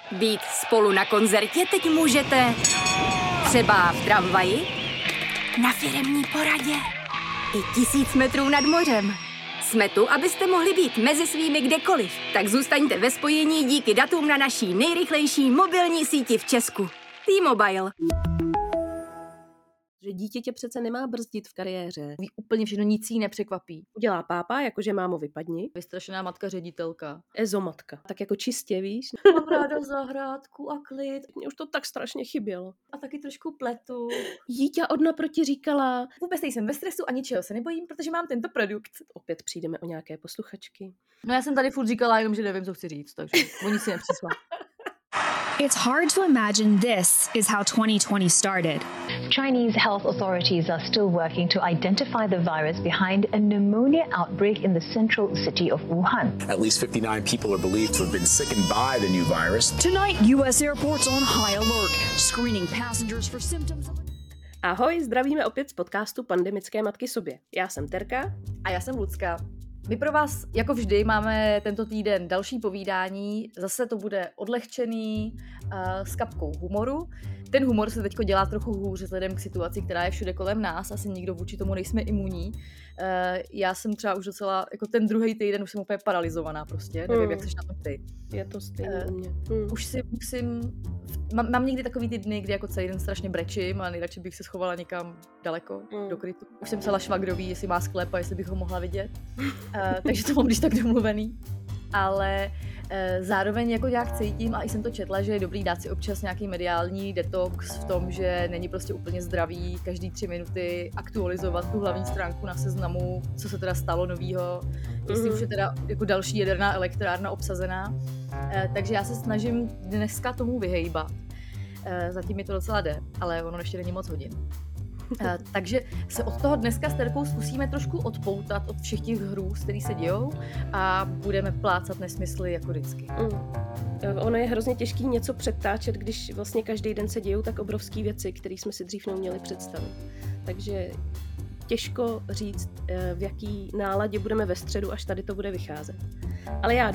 Být spolu na koncertě teď můžete třeba v tramvaji, na firemní poradě i 1000 metrů nad mořem. Jsme tu, abyste mohli být mezi svými kdekoliv. Tak zůstaňte ve spojení díky datům na naší nejrychlejší mobilní síti v Česku. T-Mobile. Že dítě tě přece nemá brzdit v kariéře. Ví úplně všechno, nic jí nepřekvapí. Udělá pápa, jakože mámo vypadni. Vystrašená matka ředitelka. Ezomatka. Tak jako čistě, víš? Mám ráda zahrádku a klid. Mně už to tak strašně chybělo. A taky trošku pletu. Dítě od naproti říkala, Vůbec nejsem ve stresu a ničeho se nebojím, protože mám tento produkt. opět přijdeme o nějaké posluchačky. No já jsem tady furt říkala jenom, že nevím, co chci říct, takže oni si nepřišla. It's hard to imagine this is how 2020 started. Chinese health authorities are still working to identify the virus behind a pneumonia outbreak in the central city of Wuhan. At least 59 people are believed to have been sickened by the new virus. Tonight, U.S. airports on high alert, screening passengers for symptoms of... Ahoj, zdravíme opět z podcastu Pandemické matky sobě. Já jsem Terka. A já jsem Lucka. My pro vás, jako vždy, máme tento týden další povídání. Zase to bude odlehčený, s kapkou humoru. Ten humor se teďko dělá trochu hůř vzhledem k situaci, která je všude kolem nás. Asi nikdo vůči tomu nejsme imunní. Já jsem třeba už docela, jako ten druhý týden už jsem úplně paralizovaná prostě. Nevím, jak seš na tom ty. Je to stejné u mě. Už si musím... Mám někdy takový ty dny, kdy jako celý den strašně brečím a nejradši bych se schovala někam daleko do krytu. Už jsem psala švagroví, jestli má sklep a jestli bych ho mohla vidět. Takže to mám když tak domluvený. Ale zároveň jako nějak cítím, a i jsem to četla, že je dobrý dát si občas nějaký mediální detox v tom, že není prostě úplně zdravý každý 3 minuty aktualizovat tu hlavní stránku na Seznamu, co se teda stalo novýho, jestli už je teda jako další jaderná elektrárna obsazená. Takže já se snažím dneska tomu vyhejbat. Zatím mi to docela jde, ale ono ještě není moc hodin. Takže se od toho dneska s Terkou zkusíme trošku odpoutat od všech těch hrůz, které se dějou, a budeme plácat nesmysly jako vždycky. Ono je hrozně těžký něco předtáčet, když vlastně každý den se dějou tak obrovský věci, které jsme si dřív neuměli představit. Takže těžko říct, v jaký náladě budeme ve středu, až tady to bude vycházet. Ale já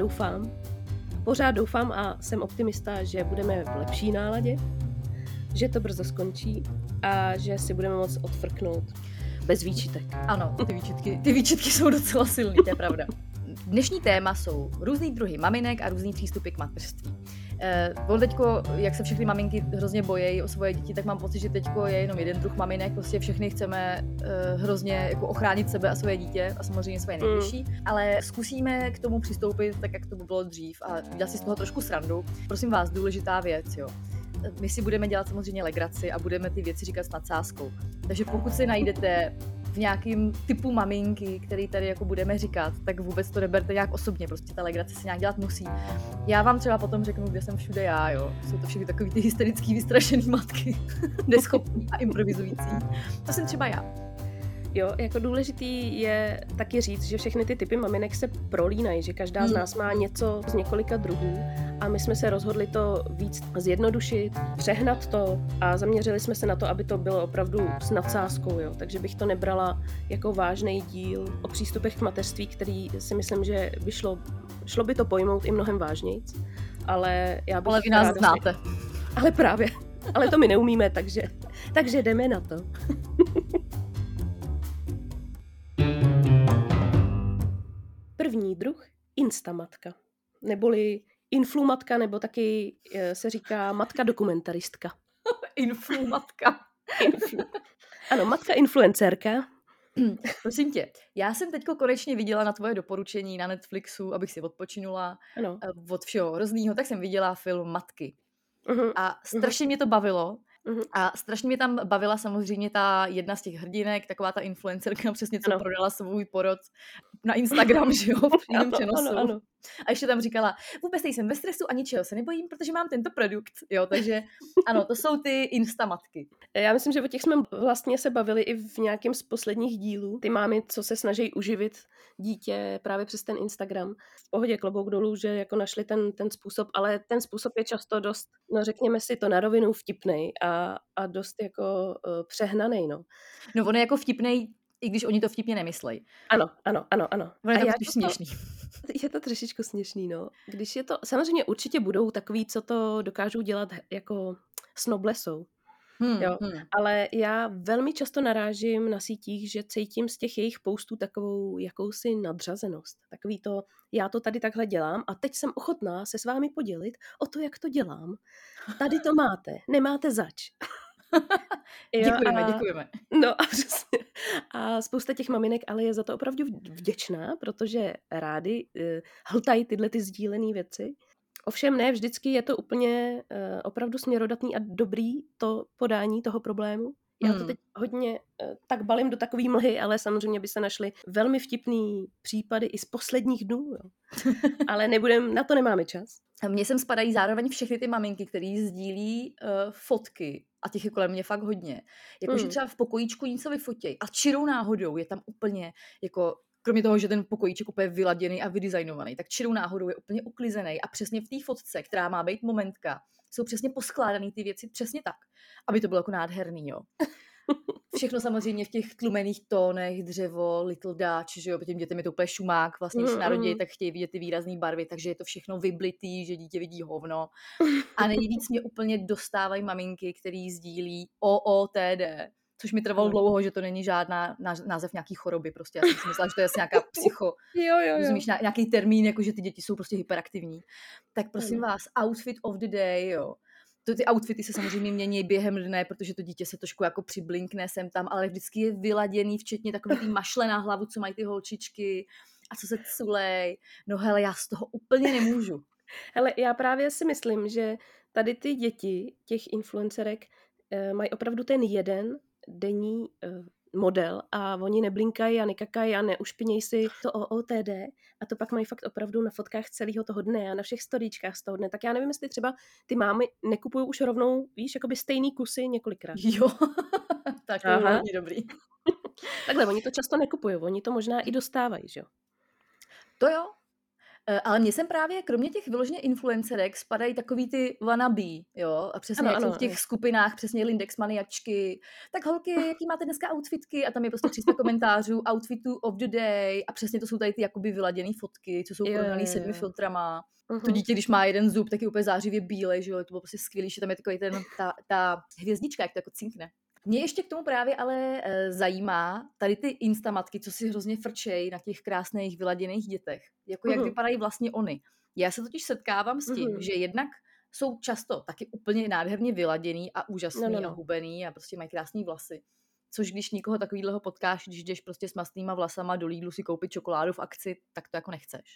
pořád doufám a jsem optimista, že budeme v lepší náladě, že to brzo skončí a že si budeme moct odfrknout bez výčitek. Ano, ty výčitky jsou docela silný, to je pravda. Dnešní téma jsou různý druhy maminek a různý přístupy k mateřství. On teďko, jak se všechny maminky hrozně bojejí o svoje děti, tak mám pocit, že teďko je jenom jeden druh maminek, prostě všechny chceme hrozně jako ochránit sebe a svoje dítě a samozřejmě svoje nejbližší, ale zkusíme k tomu přistoupit tak, jak to bylo dřív a dělat si z toho trošku srandu. Prosím vás, důležitá věc, jo. My si budeme dělat samozřejmě legraci a budeme ty věci říkat s nadsázkou. Takže pokud si najdete v nějakým typu maminky, který tady jako budeme říkat, tak vůbec to neberte nějak osobně, prostě ta legrace se nějak dělat musí. Já vám třeba potom řeknu, kde jsem všude já, jo. Jsou to všechny takový ty hysterický, vystrašený matky, neschopný a improvizující. To jsem třeba já. Jo, jako důležitý je taky říct, že všechny ty typy maminek se prolínají, že každá z nás má něco z několika druhů a my jsme se rozhodli to víc zjednodušit, přehnat to a zaměřili jsme se na to, aby to bylo opravdu s nadsázkou, jo. Takže bych to nebrala jako vážný díl o přístupech k mateřství, který si myslím, že by šlo by to pojmout i mnohem vážnějc, ale já bych... Ale vy nás znáte. Ale právě, ale to my neumíme, takže jdeme na to. První druh, instamatka, neboli influmatka, nebo taky se říká matka dokumentaristka. Influmatka. Ano, matka influencerka. Prosím tě, já jsem teďko konečně viděla na tvoje doporučení na Netflixu, abych si odpočinula od všeho hroznýho, tak jsem viděla film Matky. A strašně mě to bavilo. A strašně mě tam bavila samozřejmě ta jedna z těch hrdinek, taková ta influencerka, přesně co prodala svůj porod na Instagram, že jo, v přímém přenosu. Ano. A ještě tam říkala, vůbec nejsem ve stresu a ničeho se nebojím, protože mám tento produkt, jo, takže ano, to jsou ty instamatky. Já myslím, že o těch jsme vlastně se bavili i v nějakém z posledních dílů. Ty mámy, co se snaží uživit dítě právě přes ten Instagram. V pohodě, klobouk dolů, že jako našli ten způsob, ale ten způsob je často dost, no řekněme si to na rovinu, vtipnej a dost jako přehnanej, no. No on je jako vtipnej i když oni to vtipně nemyslejí. Ano. Ale A je to směšný. Je to trošičku směšný, no. Když je to, samozřejmě určitě budou takový, co to dokážou dělat jako s noblesou. Jo. Ale já velmi často narážím na sítích, že cítím z těch jejich postů takovou jakousi nadřazenost. Takový to, já to tady takhle dělám a teď jsem ochotná se s vámi podělit o to, jak to dělám. Tady to máte, nemáte zač. Děkujeme. No a přesně. A spousta těch maminek ale je za to opravdu vděčná, protože rádi hltají tyhle ty sdílené věci. Ovšem ne, vždycky je to úplně opravdu směrodatný a dobrý to podání toho problému. Já to teď hodně tak balím do takový mlhy, ale samozřejmě by se našly velmi vtipný případy i z posledních dnů. Jo. Ale na to nemáme čas. Mně sem spadají zároveň všechny ty maminky, které sdílí fotky, a těch je kolem mě fakt hodně. Jakože třeba v pokojíčku něco vyfotěj a čirou náhodou je tam úplně jako kromě toho, že ten pokojíček úplně vyladěný a vydesignovaný, tak čirou náhodou je úplně uklizený a přesně v té fotce, která má být momentka, jsou přesně poskládaný ty věci přesně tak, aby to bylo jako nádherný, jo. Všechno samozřejmě v těch tlumených tónech, dřevo, Little Dutch, že jo, těm dětem je to úplně šumák, vlastně, když se narodí, tak chtějí vidět ty výrazné barvy, takže je to všechno vyblitý, že dítě vidí hovno. A nejvíc mě úplně dostávají maminky, který sdílí OOTD, což mi trvalo dlouho, že to není žádná název nějaký choroby, prostě já jsem si myslela, že to je nějaká psycho, rozumíš, nějaký termín, jako že ty děti jsou prostě hyperaktivní. Tak prosím vás, outfit of the day, jo. Ty outfity se samozřejmě mění během dne, protože to dítě se trošku jako přiblinkne sem tam, ale vždycky je vyladěný, včetně takový ty mašle na hlavu, co mají ty holčičky a co se culej. No hele, já z toho úplně nemůžu. Hele, já právě si myslím, že tady ty děti, těch influencerek, mají opravdu ten jeden denní model a oni neblinkají a nekakají a neušpinějí si to OOTD a to pak mají fakt opravdu na fotkách celého toho dne a na všech storíčkách z toho dne. Tak já nevím, jestli třeba ty mámy nekupují už rovnou, víš, jakoby stejný kusy několikrát. Jo, tak to je hodně dobrý. Takhle, oni to často nekupují, oni to možná i dostávají, že jo? To jo. Ale mně sem právě, kromě těch vyloženě influencerek, spadají takový ty wannabe, jo, a přesně jak jsou v těch skupinách, přesně Lindex maniačky, tak holky, jaký máte dneska outfitky, a tam je prostě 300 komentářů, outfitu of the day, a přesně to jsou tady ty jakoby vyladěný fotky, co jsou porovnaný 7 filtrama. To dítě, když má jeden zub, tak je úplně zářivě bílej, že jo, to bylo prostě skvělý, že tam je takový ta hvězdička, jak to jako cinkne. Mě ještě k tomu právě ale zajímá tady ty instamatky, co si hrozně frčejí na těch krásných vyladěných dětech. Jako jak vypadají vlastně oni. Já se totiž setkávám s tím, že jednak jsou často taky úplně nádherně vyladěný a úžasný a hubený a prostě mají krásný vlasy. Což když nikoho takovýhleho potkáš, když jdeš prostě s mastnýma vlasama do Lidlu si koupit čokoládu v akci, tak to jako nechceš.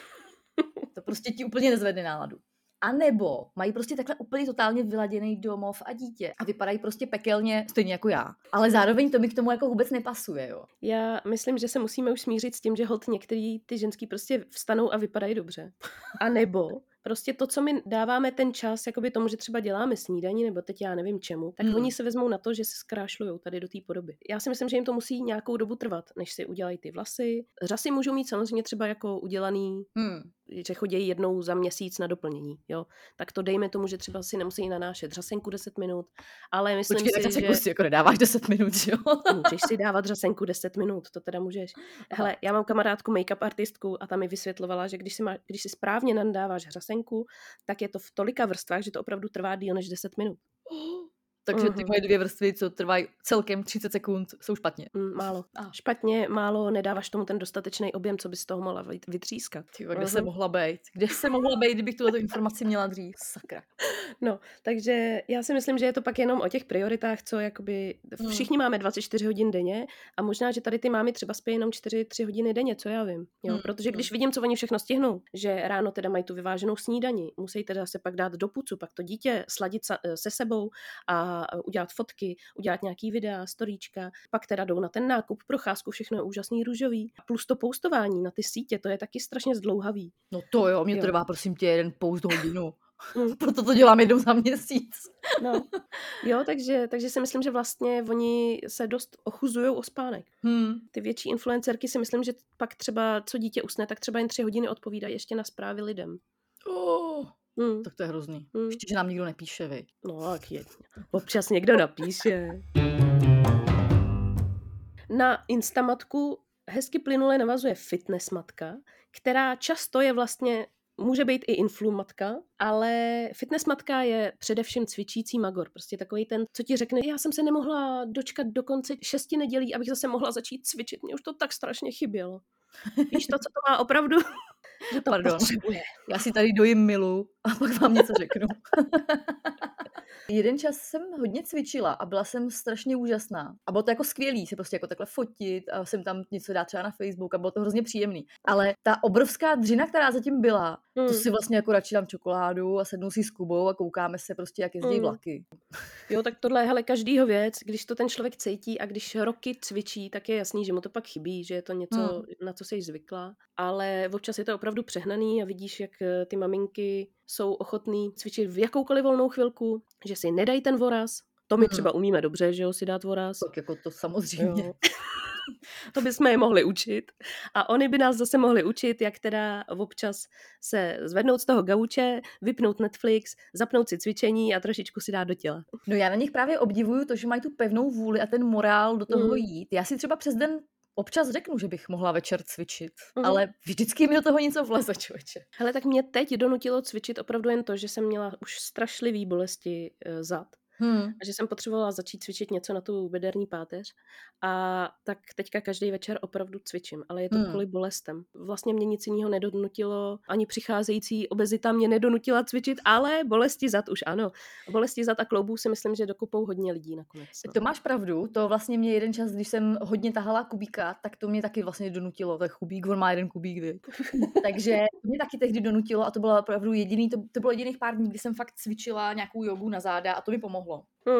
To prostě ti úplně nezvedne náladu. A nebo mají prostě takhle úplně totálně vyladěný domov a dítě a vypadají prostě pekelně, stejně jako já. Ale zároveň to mi k tomu jako vůbec nepasuje, jo. Já myslím, že se musíme už smířit s tím, že holt některý ty ženský prostě vstanou a vypadají dobře. A nebo prostě to, co my dáváme ten čas, jakoby tomu, že třeba děláme snídani, nebo teď já nevím čemu, tak oni se vezmou na to, že se zkrášlujou tady do té podoby. Já si myslím, že jim to musí nějakou dobu trvat, než si udělají ty vlasy. Řasy můžou mít samozřejmě třeba jako udělaný, že chodí jednou za měsíc na doplnění, jo. Tak to dejme tomu, že třeba si nemusí nanášet řasenku 10 minut, ale myslím si, že si jako nedáváš 10 minut, jo. Můžeš si dávat řasenku 10 minut, to teda můžeš. Hele, já mám kamarádku make-up artistku a ta mi vysvětlovala, že když si správně nadáváš řasenku, tak je to v tolika vrstvách, že to opravdu trvá díl než 10 minut. Takže ty moje 2 vrstvy, co trvají celkem 30 sekund, jsou špatně. Málo. Špatně, málo, nedáváš tomu ten dostatečný objem, co bys z toho mohla vytřískat. Kde se mohla být? Kde se mohla být, kdybych tuhle informaci měla dřív? Sakra. No, takže já si myslím, že je to pak jenom o těch prioritách, co jakoby všichni máme 24 hodin denně a možná, že tady ty mámy třeba spí jenom 4-3 hodiny denně, co já vím. Jo? Protože když vidím, co oni všechno stihnou, že ráno teda mají tu vyváženou snídani, musí teda se pak dát do pucu, pak to dítě sladit se sebou a udělat fotky, udělat nějaký videa, storíčka, pak teda jdou na ten nákup, procházku, všechno je úžasný, růžový. Plus to postování na ty sítě, to je taky strašně zdlouhavý. No to jo, mě trvá prosím tě 1 post hodinu. Proto to dělám jednou za měsíc. No. Jo, takže si myslím, že vlastně oni se dost ochuzujou o spánek. Ty větší influencerky si myslím, že pak třeba, co dítě usne, tak třeba jen 3 hodiny odpovídají ještě na zprávy lidem. Tak to je hrozný. Ještě, že nám nikdo nepíše, vy. No, tak je. Občas někdo napíše. Na Instamatku hezky plynule navazuje fitness matka, která často je vlastně, může být i influmatka, ale fitness matka je především cvičící magor. Prostě takový ten, co ti řekne, já jsem se nemohla dočkat do konce 6 nedělí, abych zase mohla začít cvičit. Mně už to tak strašně chybělo. Víš to, co to má opravdu? Že to potřebuje. Já si tady dojím milu a pak vám něco řeknu. Jeden čas jsem hodně cvičila a byla jsem strašně úžasná. A bylo to jako skvělý se prostě jako takhle fotit a jsem tam něco dát třeba na Facebook a bylo to hrozně příjemný. Ale ta obrovská dřina, která zatím byla, to si vlastně jako radši dám čokoládu a sednu si s Kubou a koukáme se prostě, jak jezdí vlaky. Jo, tak tohle je hele každýho věc, když to ten člověk cítí a když roky cvičí, tak je jasný, že mu to pak chybí, že je to něco, na co jsi zvykla. Ale občas je to opravdu přehnaný a vidíš, jak ty maminky jsou ochotný cvičit v jakoukoliv volnou chvilku, že si nedají ten voraz. To my třeba umíme dobře, že jo, si dát voraz. Tak jako to samozřejmě. Jo. To bychom je mohli učit. A oni by nás zase mohli učit, jak teda občas se zvednout z toho gauče, vypnout Netflix, zapnout si cvičení a trošičku si dát do těla. No já na nich právě obdivuju to, že mají tu pevnou vůli a ten morál do toho jít. Já si třeba přes den občas řeknu, že bych mohla večer cvičit, ale vždycky mi do toho něco vleze, člověče. Hele, tak mě teď donutilo cvičit opravdu jen to, že jsem měla už strašlivý bolesti zad. A že jsem potřebovala začít cvičit něco na tu bederní páteř a tak teďka každý večer opravdu cvičím, ale je to kvůli bolestem. Vlastně mě nic jiného nedonutilo, ani přicházející obezita mě nedonutila cvičit, ale bolesti zad už ano. Bolesti zad a kloubů si myslím, že dokopou hodně lidí nakonec. No. To máš pravdu, to vlastně mě jeden čas, když jsem hodně tahala kubíka, tak to mě taky vlastně donutilo, tak kubík, on má jeden kubík, vy. Takže mě taky tehdy donutilo a to bylo opravdu jediný, to bylo jediných pár dní, kdy jsem fakt cvičila nějakou jogu na záda a to mi pomohlo.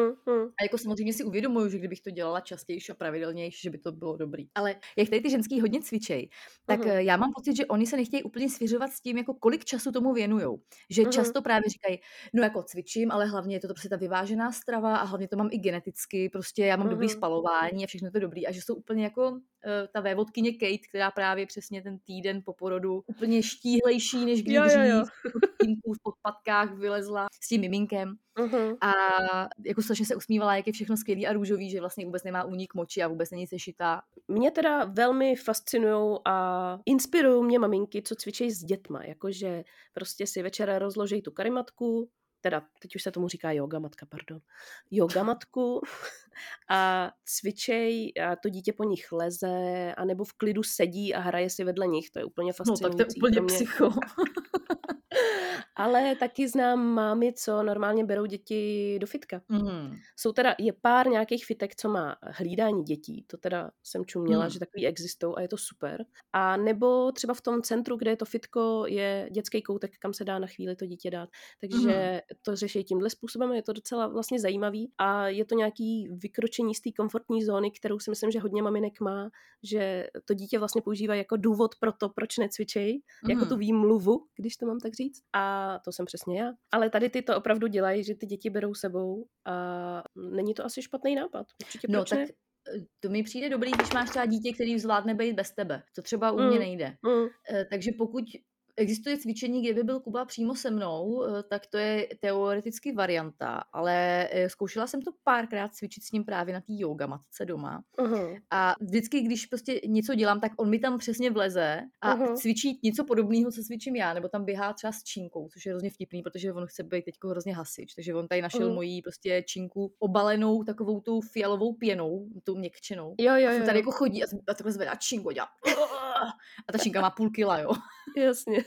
A jako samozřejmě si uvědomuju, že kdybych to dělala častěji a pravidelnější, že by to bylo dobrý. Ale jak tady ty ženský hodně cvičej, tak já mám pocit, že oni se nechtějí úplně svěřovat s tím, jako kolik času tomu věnujou. Že často právě říkají, no jako cvičím, ale hlavně je to prostě ta vyvážená strava a hlavně to mám i geneticky, prostě já mám dobrý spalování a všechno to dobrý a že jsou úplně jako ta vévodkyně Kate, která právě přesně ten týden po porodu úplně štíhlejší, než kdy dřív v podpatkách vylezla s tím miminkem. A jako strašně se usmívala, jak je všechno skvělý a růžový, že vlastně vůbec nemá únik moči a vůbec není sešitá. Mě teda velmi fascinujou a inspirují mě maminky, co cvičí s dětma, jakože prostě si večer rozloží tu karimatku, teda teď už se tomu říká jogamatku a cvičej a to dítě po nich leze a nebo v klidu sedí a hraje si vedle nich, to je úplně fascinující. No tak to je úplně psycho. Ale taky znám mámy, co normálně berou děti do fitka. Jsou teda, je pár nějakých fitek, co má hlídání dětí, to teda jsem čuměla, že takový existují a je to super. A nebo třeba v tom centru, kde je to fitko, je dětský koutek, kam se dá na chvíli to dítě dát. Takže to řeší tímhle způsobem, je to docela vlastně zajímavý a je to nějaký vykročení z té komfortní zóny, kterou si myslím, že hodně maminek má, že to dítě vlastně používá jako důvod pro to, proč necvičej, jako tu výmluvu, když to mám tak říct. A to jsem přesně já. Ale tady ty to opravdu dělají, že ty děti berou sebou a není to asi špatný nápad. Určitě proč ne? To mi přijde dobrý, když máš třeba dítě, který zvládne být bez tebe. To třeba u mě nejde. Takže pokud existuje cvičení, kde by byl Kuba přímo se mnou, tak to je teoreticky varianta, ale zkoušela jsem to párkrát cvičit s ním právě na té jogamatce doma. A vždycky, když prostě něco dělám, tak on mi tam přesně vleze a cvičí něco podobného, co cvičím já, nebo tam běhá třeba s čínkou, což je hrozně vtipný, protože on chce být teďko hrozně hasič, takže on tady našel mojí prostě čínku obalenou takovou tou fialovou pěnou, tou měkčenou. Jo. Tady jako chodí a takhle zvedá čínku a dělá. A ta čínka má 0,5 kila, jo. Jasně.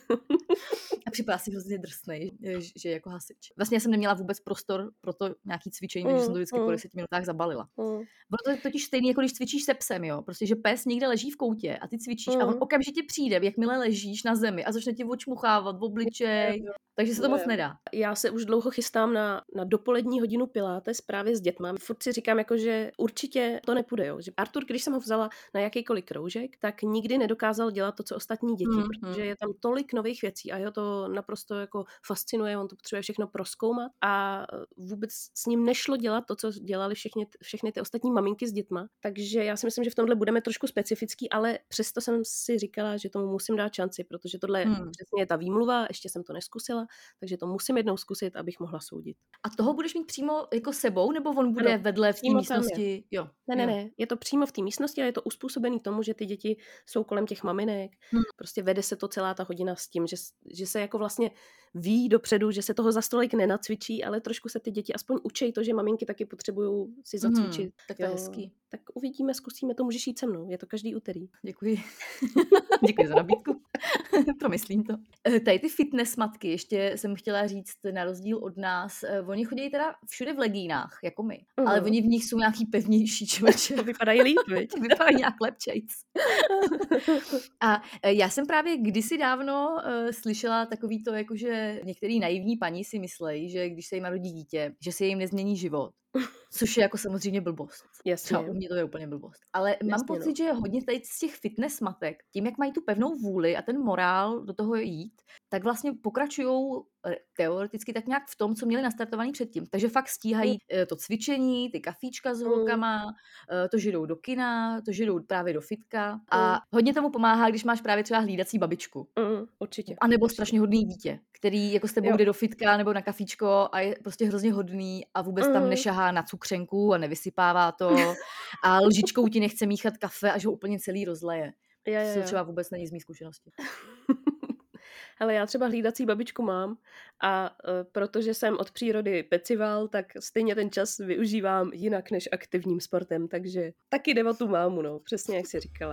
A připadá si hrozně drsnej, že je jako hasič. Vlastně já jsem neměla vůbec prostor pro to nějaký cvičení, takže jsem to vždycky po 10 minutách zabalila. Bylo to totiž stejný, jako když cvičíš se psem, jo. Prostě, že pes někde leží v koutě a ty cvičíš a on okamžitě přijde, jakmile ležíš na zemi a začne ti očmuchávat v obličej. Takže se to moc nedá. Já se už dlouho chystám na dopolední hodinu pilates právě s dětma. Furt si říkám, jako, že určitě to nepůjde. Jo. Že Artur, když jsem ho vzala na jakýkoliv kroužek, tak nikdy nedokázal dělat to, co ostatní děti, protože je tam tolik nových věcí a jeho to naprosto jako fascinuje, on to potřebuje všechno prozkoumat a vůbec s ním nešlo dělat to, co dělali všechny ty ostatní maminky s dětma. Takže já si myslím, že v tomhle budeme trošku specifický, ale přesto jsem si říkala, že tomu musím dát šanci, protože tohle přesně je ta výmluva, ještě jsem to neskusila. takže to musím jednou zkusit, abych mohla soudit. A toho budeš mít přímo jako sebou, nebo on bude vedle v té přímo tam místnosti? Jo. Ne, je to přímo v té místnosti, ale je to uspůsobený tomu, že ty děti jsou kolem těch maminek. Prostě vede se to celá ta hodina s tím, že se jako vlastně ví dopředu, že se toho za stolik nenacvičí, ale trošku se ty děti aspoň učí to, že maminky taky potřebují si zacvičit. Tak to je hezký. Tak uvidíme, zkusíme, to můžeš jít se mnou, je to každý úterý. Děkuji. Děkuji za nabídku. Promyslím to. Tady ty fitness matky, ještě jsem chtěla říct, na rozdíl od nás, oni chodí teda všude v legínách, jako my, ale oni v nich jsou nějaký pevnější člověče. Vypadají líp, viď? Vypadají nějak lepčejc. A já jsem právě kdysi dávno slyšela takový to, jakože některý naivní paní si myslejí, že když se jim narodí dítě, že se jim nezmění život. Což je jako samozřejmě blbost. Jasně. Třeba u mě to je úplně blbost. Ale mám pocit, že hodně tady z těch fitness matek, tím, jak mají tu pevnou vůli a ten morál do toho jít, tak vlastně pokračujou teoreticky tak nějak v tom, co měli nastartovaný předtím. Takže fakt stíhají to cvičení, ty kafíčka s holkama, to, že jdou do kina, to, že jdou právě do fitka. A hodně tomu pomáhá, když máš právě třeba hlídací babičku. Určitě. A nebo strašně hodný dítě, který jako s tebou jde do fitka nebo na kafíčko a je prostě hrozně hodný a vůbec tam nešahá na cukřenku a nevysypává to a lžičkou ti nechce míchat kafe, až ho úplně celý rozleje. To třeba vůbec není z mý zkušenosti. Ale já třeba hlídací babičku mám a protože jsem od přírody pecival, tak stejně ten čas využívám jinak než aktivním sportem, takže taky jde o tu mámu, no, přesně jak jsi říkala.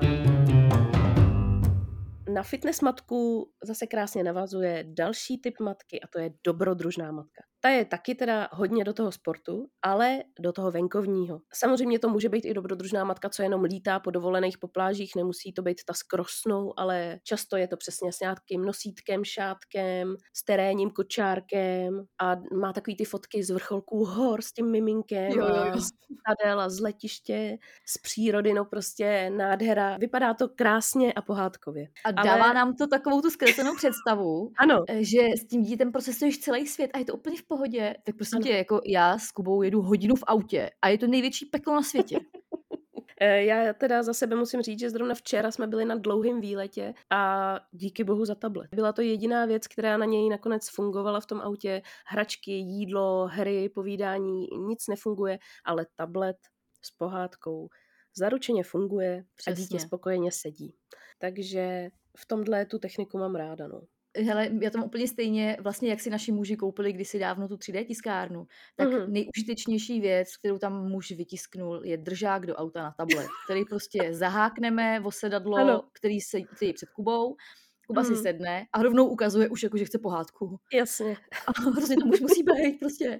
Na fitness matku zase krásně navazuje další typ matky a to je dobrodružná matka. Ta je taky teda hodně do toho sportu, ale do toho venkovního. Samozřejmě to může být i dobrodružná matka, co jenom lítá po dovolených po plážích, nemusí to být ta s krosnou, ale často je to přesně s nějakým nosítkem, šátkem, s terénním kočárkem a má takový ty fotky z vrcholků hor s tím miminkem, z letadel a z letiště, z přírody, no prostě nádhera. Vypadá to krásně a pohádkově. A dává nám to takovou tu zkreslenou představu, ano, že s tím dítětem prostě stojíš celý svět a je to úplně v pohodě, tak prostě tě, jako já s Kubou jedu hodinu v autě a je to největší peklo na světě. Já teda za sebe musím říct, že zrovna včera jsme byli na dlouhém výletě a díky bohu za tablet. Byla to jediná věc, která na něj nakonec fungovala v tom autě. Hračky, jídlo, hry, povídání, nic nefunguje, ale tablet s pohádkou zaručeně funguje. Přesně. A dítě spokojeně sedí. Takže v tomhle tu techniku mám ráda, no. Hele, já to mám úplně stejně, vlastně jak si naši muži koupili kdysi dávno tu 3D tiskárnu, tak nejužitečnější věc, kterou tam muž vytisknul, je držák do auta na tablet, který prostě zahákneme o sedadlo, který je před Kubou, Kuba si sedne a rovnou ukazuje už jako, že chce pohádku. Jasně. A prostě to muž musí být prostě.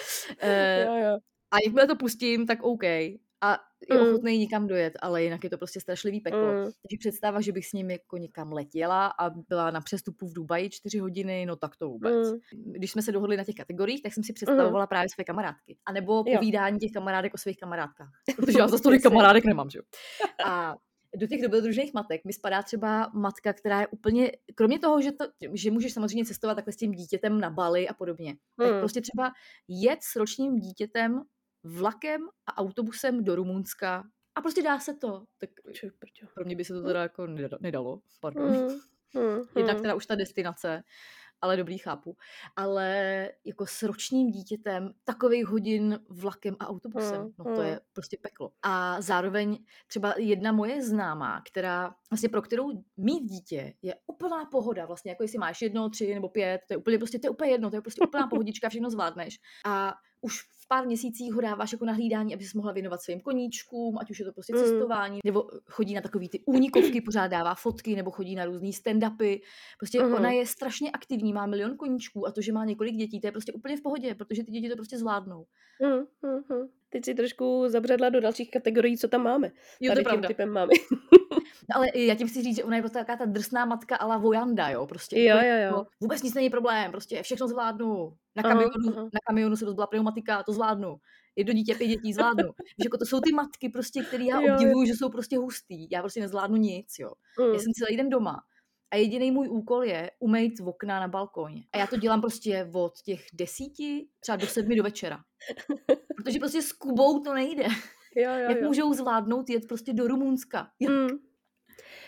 A jakmile to pustím, tak OK. A je ochotný nikam dojet, ale jinak je to prostě strašlivý peklo. Takže představa, že bych s ním jako někam letěla a byla na přestupu v Dubaji 4 hodiny, no tak to vůbec. Když jsme se dohodli na těch kategoriích, tak jsem si představovala právě své kamarádky. A nebo povídání těch kamarádek o svých kamarádkách. Protože já za tolik kamarádek nemám, že jo. A do těch dobrodružných matek mi spadá třeba matka, která je úplně, kromě toho, že můžeš samozřejmě cestovat takhle s tím dítětem na Bali a podobně, tak prostě třeba jet s ročním dítětem vlakem a autobusem do Rumunska a prostě dá se to. Tak pro mě by se to teda jako nedalo. Pardon. Jednak teda už ta destinace, ale dobrý, chápu. Ale jako s ročním dítětem takových hodin vlakem a autobusem, no to je prostě peklo. A zároveň třeba jedna moje známá, vlastně pro kterou mít dítě je úplná pohoda, vlastně jako jestli máš 1, 3 nebo 5, to je úplně jedno, to je prostě úplná pohodička, všechno zvládneš. A už v pár měsících ho dáváš jako na hlídání, aby se mohla věnovat svým koníčkům, ať už je to prostě cestování, nebo chodí na takový ty únikovky, pořád dává fotky, nebo chodí na různý stand-upy. Prostě ona je strašně aktivní, má milion koníčků a to, že má několik dětí, to je prostě úplně v pohodě, protože ty děti to prostě zvládnou. Teď si trošku zabředla do dalších kategorií, co tam máme. Jo, to je pravda. Typem máme. Ale já tím chci říct, že ona je prostě taková ta drsná matka a la Vojanda, jo, prostě. Jo. Vůbec nic není problém, prostě všechno zvládnu. Na kamionu se rozbila pneumatika, to zvládnu. Jedno dítě, 5 dětí, zvládnu. Víš, jako to jsou ty matky, prostě, které já obdivuju, že jsou prostě hustý. Já prostě nezvládnu nic, jo. Já jsem celý den doma. A jediný můj úkol je umýt okna na balkóně. A já to dělám prostě od těch 10 třeba do 7 do večera. Protože prostě s Kubou to nejde. Jak můžou zvládnout jet prostě do Rumunska?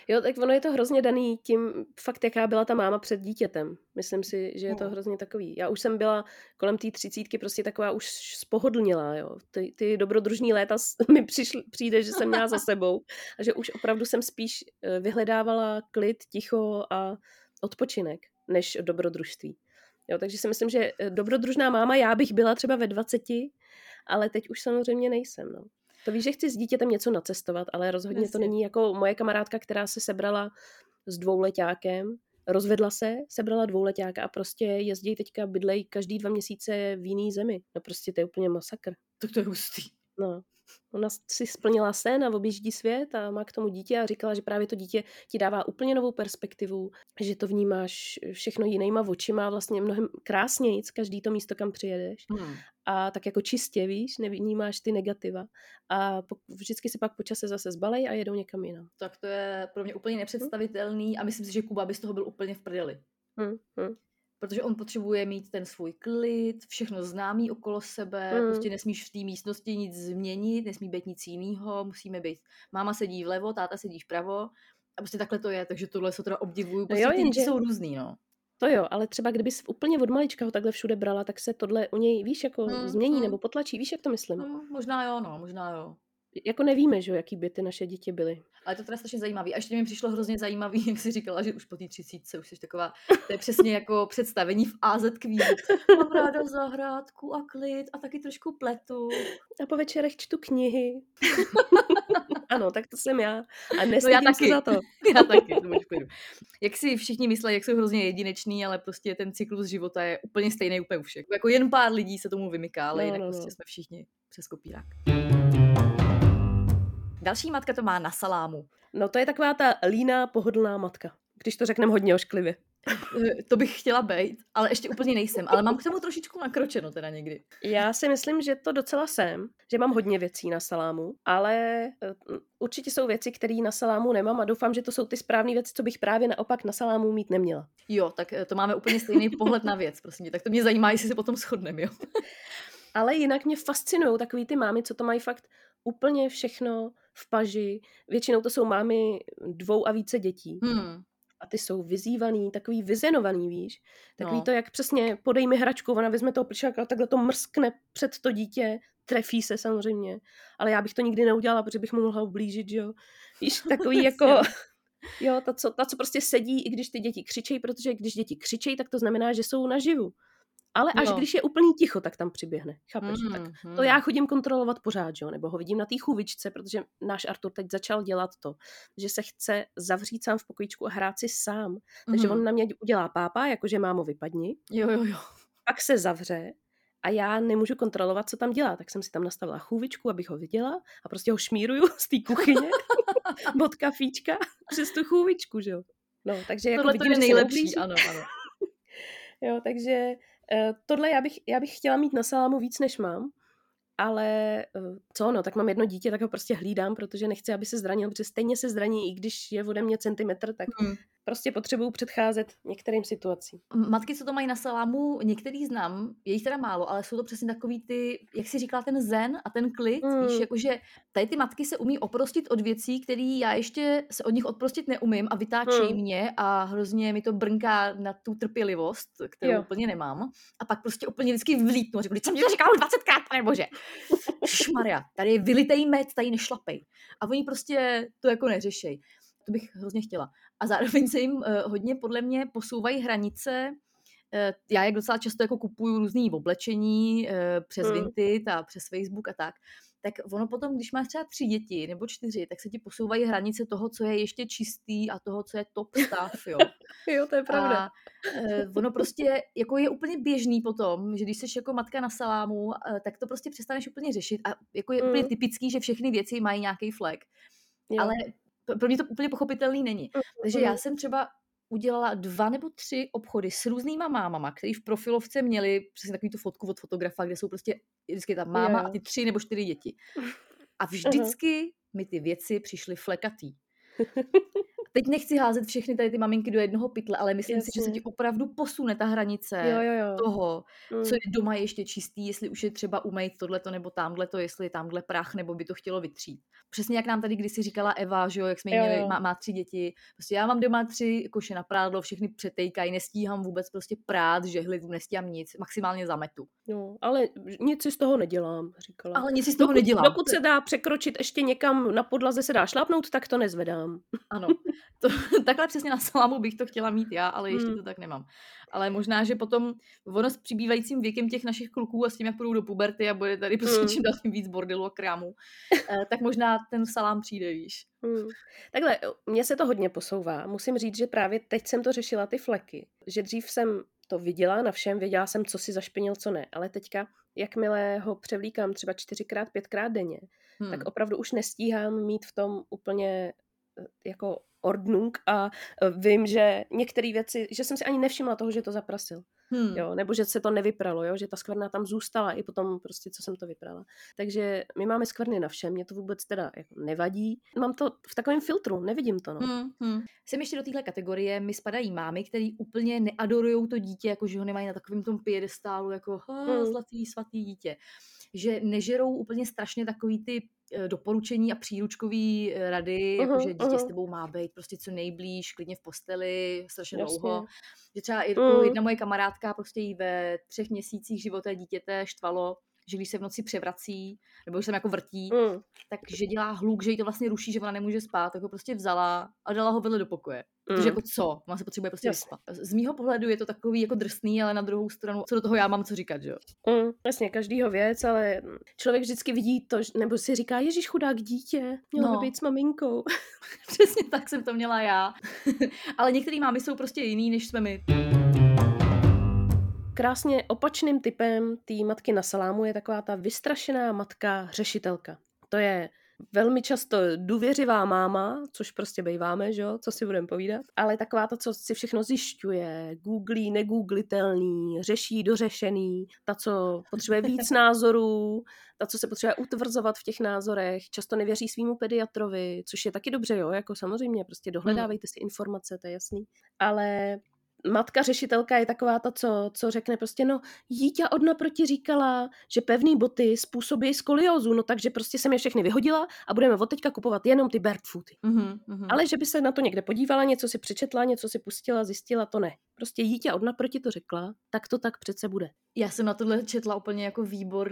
Jo, tak ono je to hrozně daný tím fakt, jaká byla ta máma před dítětem. Myslím si, že je to hrozně takový. Já už jsem byla kolem té 30 prostě taková už spohodlnělá, jo. Ty dobrodružní léta mi přijde, že jsem měla za sebou a že už opravdu jsem spíš vyhledávala klid, ticho a odpočinek, než dobrodružství. Jo, takže si myslím, že dobrodružná máma já bych byla třeba ve 20, ale teď už samozřejmě nejsem, no. To víš, že chci s dítětem něco nacestovat, ale rozhodně to není jako moje kamarádka, která se sebrala s 2letákem, rozvedla se, sebrala 2letáka a prostě jezdí teďka bydlej každý 2 měsíce v jiný zemi. No prostě to je úplně masakr. Tak to je hustý. No. Ona si splnila sen a objíždí svět a má k tomu dítě a říkala, že právě to dítě ti dává úplně novou perspektivu, že to vnímáš všechno jinýma očima, vlastně mnohem krásnějc, každý to místo, kam přijedeš. A tak jako čistě, víš, nevnímáš ty negativa. A vždycky se pak po čase zase zbalej a jedou někam jinam. Tak to je pro mě úplně nepředstavitelný a myslím si, že Kuba by z toho byl úplně v prdeli. Protože on potřebuje mít ten svůj klid, všechno známý okolo sebe, prostě nesmíš v té místnosti nic změnit, nesmí být nic jinýho, musíme být, máma sedí vlevo, táta sedí vpravo a prostě takhle to je, takže tohle se teda obdivuju, prostě ty lidi jsou různý, no. To jo, ale třeba kdybys úplně od malička ho takhle všude brala, tak se tohle u něj, víš, jako změní nebo potlačí, víš, jak to myslím? No, možná jo. Jako nevíme, že jaký by ty naše děti byly. Ale to teda strašně zajímavý. A ještě mi přišlo hrozně zajímavý, jak jsi říkala, že už po té 30 už jsi taková, to je přesně jako představení v AZ Queen. Mám ráda zahrádku a klid a taky trošku pletu. A po večerech čtu knihy. Ano, tak to jsem já. A nestydím se za to. Já taky, to máš klidu. Jak si všichni myslí, jak jsou hrozně jedinečný, ale prostě ten cyklus života je úplně stejný úplně u všech. Jako jen pár lidí se tomu vymyká, ale jinak prostě jsme všichni přes kopírák. Další matka to má na salámu. No to je taková ta líná, pohodlná matka. Když to řekneme hodně ošklivě. To bych chtěla být, ale ještě úplně nejsem. Ale mám k tomu trošičku nakročeno teda někdy. Já si myslím, že to docela jsem, že mám hodně věcí na salámu, ale určitě jsou věci, které na salámu nemám a doufám, že to jsou ty správné věci, co bych právě naopak na salámu mít neměla. Jo, tak to máme úplně stejný pohled na věc, prosím. Tak to mě zajímá, jestli se potom shodneme, jo. Ale jinak mě fascinují takový ty mámy, co to mají fakt úplně všechno v paži. Většinou to jsou mámy 2 a více dětí. A ty jsou vyzývaný, takový vyzenovaný, víš. Takový to, jak přesně podej mi hračku, ona vezme toho plišáka a takhle to mrskne před to dítě, trefí se samozřejmě. Ale já bych to nikdy neudělala, protože bych mu mohla ublížit, jo. Víš, takový jako... Jo, ta, co prostě sedí, i když ty děti křičejí, protože když děti křičejí, tak to znamená, že jsou naživu. Ale až když je úplně ticho, tak tam přiběhne. Chápeš? Tak to já chodím kontrolovat pořád, jo? Nebo ho vidím na té chůvičce, protože náš Artur teď začal dělat to, že se chce zavřít sám v pokojíčku a hrát si sám. Takže on na mě udělá pápa, jakože mámo vypadni. Jo. Pak se zavře a já nemůžu kontrolovat, co tam dělá. Tak jsem si tam nastavila chůvičku, abych ho viděla a prostě ho šmíruju z té kuchyně od kafíčka přes tu chůvičku, že jo. No, takže jako tohle vidím, to je nejlepší, ano. Jo, takže tohle já bych chtěla mít na salámu víc, než mám, ale tak mám jedno dítě, tak ho prostě hlídám, protože nechci, aby se zranil, protože stejně se zraní, i když je ode mě centimetr, tak prostě potřebuju předcházet některým situacím. Matky, co to mají na salámu, některý znám, je jich teda málo, ale jsou to přesně takový ty, jak jsi říkala, ten zen a ten klid, víš, jakože tady ty matky se umí oprostit od věcí, které já ještě se od nich odprostit neumím a vytáčejí mě a hrozně mi to brnká na tu trpělivost, kterou úplně nemám. A pak prostě úplně vždycky vlítnu a řeknu, jsem ti to říkala už 20krát, pane bože. Šmarja, tady je vylitej med, tady nešlapej. A oni prostě to jako neřešej. To bych hrozně chtěla. A zároveň se jim hodně podle mě posouvají hranice. Já jak docela často jako kupuju různý oblečení přes Vinted a přes Facebook a tak ono potom, když máš třeba 3 děti nebo 4, tak se ti posouvají hranice toho, co je ještě čistý a toho, co je top stav, jo. Jo, to je pravda. A ono prostě jako je úplně běžný potom, že když jsi jako matka na salámu, tak to prostě přestaneš úplně řešit a jako je úplně typický, že všechny věci mají nějaký flag. Jo. Ale pro mě to úplně pochopitelný není. Takže já jsem třeba udělala 2 nebo 3 obchody s různýma mámama, který v profilovce měli přesně takový tu fotku od fotografa, kde jsou prostě vždycky ta máma a ty 3 nebo 4 děti. A vždycky mi ty věci přišly flekatý. teď nechci házet všechny tady ty maminky do jednoho pytle, ale myslím si, že se ti opravdu posune ta hranice toho, co je doma ještě čistý, jestli už je třeba umýt tohleto nebo tamhleto, jestli je tamhle prach, nebo by to chtělo vytřít. Přesně jak nám tady kdysi říkala Eva, že jo, jak jsme měli, má 3 děti. Prostě já mám doma 3 koše na prádlo, všechny přetejkají, nestíhám vůbec prostě prát, žehlit, nestíhám nic, maximálně zametu. No, ale nic si z toho nedělám, říkala. Ale nic si z toho nedělám. Dokud se dá překročit ještě někam na podlaze, se dá šlápnout, tak to nezvedám. Ano, takhle přesně na salámu bych to chtěla mít já, ale ještě to tak nemám. Ale možná, že potom ono s přibývajícím věkem těch našich kluků a s tím, jak půjdou do puberty a bude tady prostě čím dál tím víc bordelu a krámu, tak možná ten salám přijde, víš. Takhle, mně se to hodně posouvá. Musím říct, že právě teď jsem to řešila ty fleky. Že dřív jsem to viděla na všem, věděla jsem, co si zašpinil, co ne. Ale teďka, jakmile ho převlíkám třeba 4x, 5x denně, tak opravdu už nestíhám mít v tom úplně jako ordnung a vím, že některé věci, že jsem si ani nevšimla toho, že to zaprasil. Jo, nebo že se to nevypralo, jo, že ta skvrna tam zůstala i potom prostě, co jsem to vyprala. Takže my máme skvrny na všem, mě to vůbec teda jako nevadí. Mám to v takovém filtru, nevidím to, no. Jsem ještě do téhle kategorie, mi spadají mámy, který úplně neadorujou to dítě, jako že ho nemají na takovém tom piedestálu, jako zlatý, svatý dítě. Že nežerou úplně strašně takový ty doporučení a příručkový rady, jako že dítě s tebou má být prostě co nejblíž, klidně v posteli, strašně dlouho. Že třeba jedna moje kamarádka prostě jí ve 3 měsících života dítěte štvalo, že když se v noci převrací, nebo když se jako vrtí, takže dělá hluk, že jí to vlastně ruší, že ona nemůže spát, tak ho prostě vzala a dala ho vedle do pokoje. Protože jako co? Ona se potřebuje prostě vyspat. Z mýho pohledu je to takový jako drsný, ale na druhou stranu, co do toho já mám co říkat, že jo? Jasně, každýho věc, ale člověk vždycky vidí to, nebo si říká, ježiš, chudák dítě, mělo by být s maminkou. Přesně tak jsem to měla já. Ale některý mámy jsou prostě jiný, než jsme my. Krásně opačným typem té matky na salámu je taková ta vystrašená matka řešitelka. To je velmi často důvěřivá máma, což prostě bejváme, že jo, co si budeme povídat, ale taková ta, co si všechno zjišťuje, googlí negooglitelný, řeší dořešený, ta, co potřebuje víc názorů, ta, co se potřebuje utvrzovat v těch názorech, často nevěří svýmu pediatrovi, což je taky dobře, jo, jako samozřejmě, prostě dohledávejte si informace, to je jasný, ale matka řešitelka je taková ta, co řekne prostě, no, dítě od naproti říkala, že pevný boty způsobí skoliózu, no takže prostě jsem je všechny vyhodila a budeme od teďka kupovat jenom ty barefooty. Ale že by se na to někde podívala, něco si přečetla, něco si pustila, zjistila, to ne. Prostě dítě od naproti to řekla, tak to tak přece bude. Já jsem na tohle četla úplně jako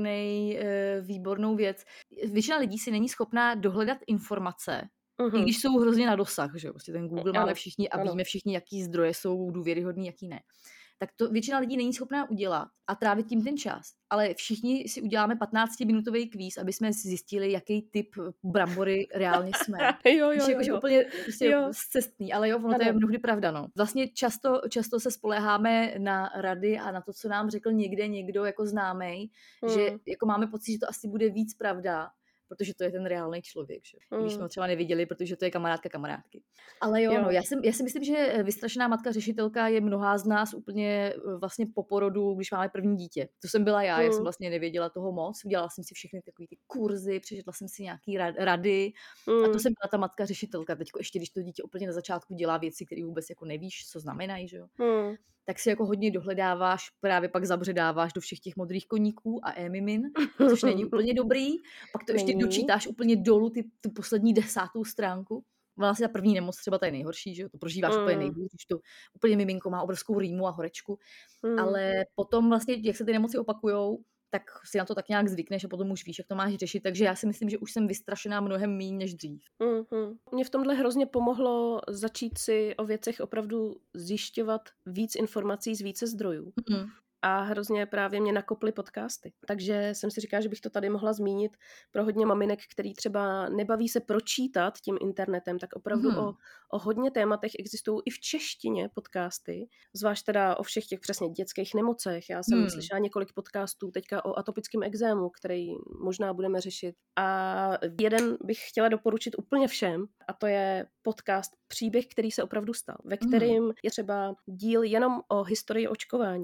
výbornou věc. Většina lidí si není schopná dohledat informace, i když jsou hrozně na dosah, že jo, prostě ten Google máme všichni a víme všichni, jaký zdroje jsou důvěryhodný, jaký ne. Tak to většina lidí není schopná udělat a trávit tím ten čas. Ale všichni si uděláme 15-minutový kvíz, aby jsme zjistili, jaký typ brambory reálně jsme. Jakože úplně prostě zcestný, ale jo, ono to je mnohdy pravda, no. Vlastně často se spoléháme na rady a na to, co nám řekl někdo jako známej, že jako máme pocit, že to asi bude víc pravda, protože to je ten reálný člověk, že? Když jsme ho třeba neviděli, protože to je kamarádka kamarádky. Ale jo. No, já si myslím, že vystrašená matka řešitelka je mnohá z nás úplně vlastně po porodu, když máme první dítě. To jsem byla já jsem vlastně nevěděla toho moc, udělala jsem si všechny takové ty kurzy, přečetla jsem si nějaký rady a to jsem byla ta matka řešitelka. Teď ještě, když to dítě úplně na začátku dělá věci, které vůbec jako nevíš, co znamenají, že jo? Tak si jako hodně dohledáváš, právě pak zabředáváš do všech těch modrých koníků a e-mimin, což není úplně dobrý. Pak to ještě dočítáš úplně dolů tu poslední 10. stránku. Vlastně ta první nemoc třeba ta je nejhorší, že jo? To prožíváš úplně nejhůř, když to úplně miminko má obrovskou rýmu a horečku. Ale potom vlastně, jak se ty nemoci opakujou, tak si na to tak nějak zvykneš a potom už víš, jak to máš řešit. Takže já si myslím, že už jsem vystrašená mnohem méně než dřív. Mě v tomhle hrozně pomohlo začít si o věcech opravdu zjišťovat víc informací z více zdrojů. A hrozně právě mě nakoply podcasty. Takže jsem si říkala, že bych to tady mohla zmínit pro hodně maminek, který třeba nebaví se pročítat tím internetem, tak opravdu o hodně tématech existují i v češtině podcasty, zvlášť teda o všech těch přesně dětských nemocech. Já jsem slyšela několik podcastů teďka o atopickém ekzému, který možná budeme řešit. A jeden bych chtěla doporučit úplně všem, a to je podcast Příběh, který se opravdu stal, ve kterém je třeba díl jenom o historii očkování.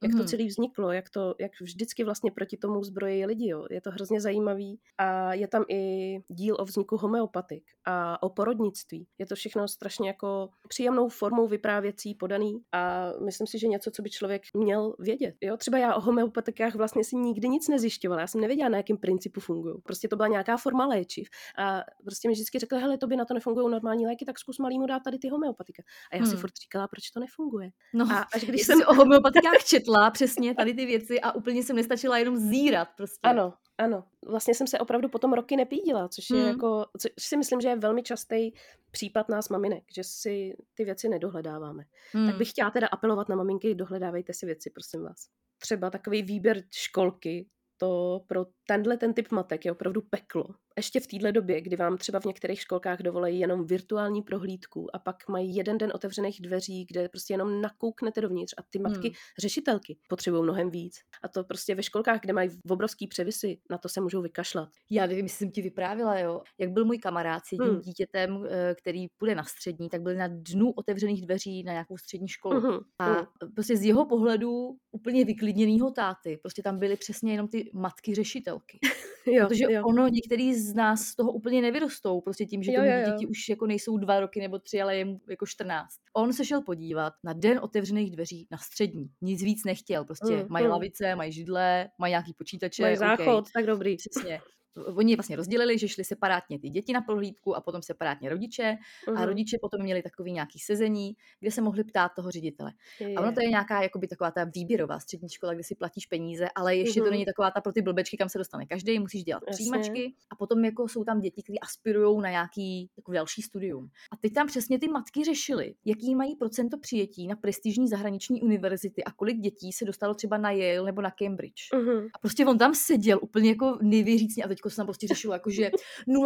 jak to celé vzniklo, jak vždycky vlastně proti tomu zbrojí lidi, jo. Je to hrozně zajímavý a je tam i díl o vzniku homeopatik a o porodnictví. Je to všechno strašně jako příjemnou formou vyprávěcí podaný a myslím si, že něco, co by člověk měl vědět. Jo? Třeba já o homeopatikách vlastně si nikdy nic nezjišťovala. Já jsem nevěděla, na jakém principu fungují. Prostě to byla nějaká forma léčiv. A prostě mi vždycky řekli, hele, to by na to nefungují normální léky, tak zkus malýmu dát tady ty homeopatika. A já si furt říkala, proč to nefunguje. No, a až když jsem o homeopatikách četla přesně tady ty věci a úplně jsem nestačila jenom zírat prostě. Ano. Vlastně jsem se opravdu potom roky nepídila, což je jako, což si myslím, že je velmi častý případ nás maminek, že si ty věci nedohledáváme. Tak bych chtěla teda apelovat na maminky, dohledávejte si věci, prosím vás. Třeba takový výběr školky, to pro ten typ matek je opravdu peklo. Ještě v téhle době, kdy vám třeba v některých školkách dovolejí jenom virtuální prohlídku a pak mají jeden den otevřených dveří, kde prostě jenom nakouknete dovnitř a ty matky řešitelky potřebují mnohem víc. A to prostě ve školkách, kde mají obrovský převisy, na to se můžou vykašlat. Já nevím, jestli jsem ti vyprávila, jo. Jak byl můj kamarád s jedním dítětem, který půjde na střední, tak byl na dnu otevřených dveří na nějakou střední školu. A prostě z jeho pohledu úplně vyklidněnýho táty, prostě tam byly přesně jenom ty matky řešitelky. Protože ono některý z nás z toho úplně nevyrostou, prostě tím, že tomu děti už jako nejsou 2 roky nebo 3, ale je mu jako 14. On se šel podívat na den otevřených dveří na střední. Nic víc nechtěl, prostě mají lavice, mají židle, mají nějaký počítače. Mají záchod, tak dobrý. Přesně. Oni vlastně rozdělili, že šli separátně ty děti na prohlídku a potom separátně rodiče a rodiče potom měli takový nějaký sezení, kde se mohli ptát toho ředitele. A ono to je nějaká jakoby taková ta výběrová střední škola, kde si platíš peníze, ale ještě to není taková ta pro ty blbečky, kam se dostane každý, musíš dělat přijímačky a potom jako jsou tam děti, kteří aspirují na nějaký jako další studium. A teď tam přesně ty matky řešily, jaký mají procento přijetí na prestižní zahraniční univerzity a kolik dětí se dostalo třeba na Yale nebo na Cambridge. A prostě on tam seděl úplně jako nevěřícně a teďko se tam prostě řešilo, jako že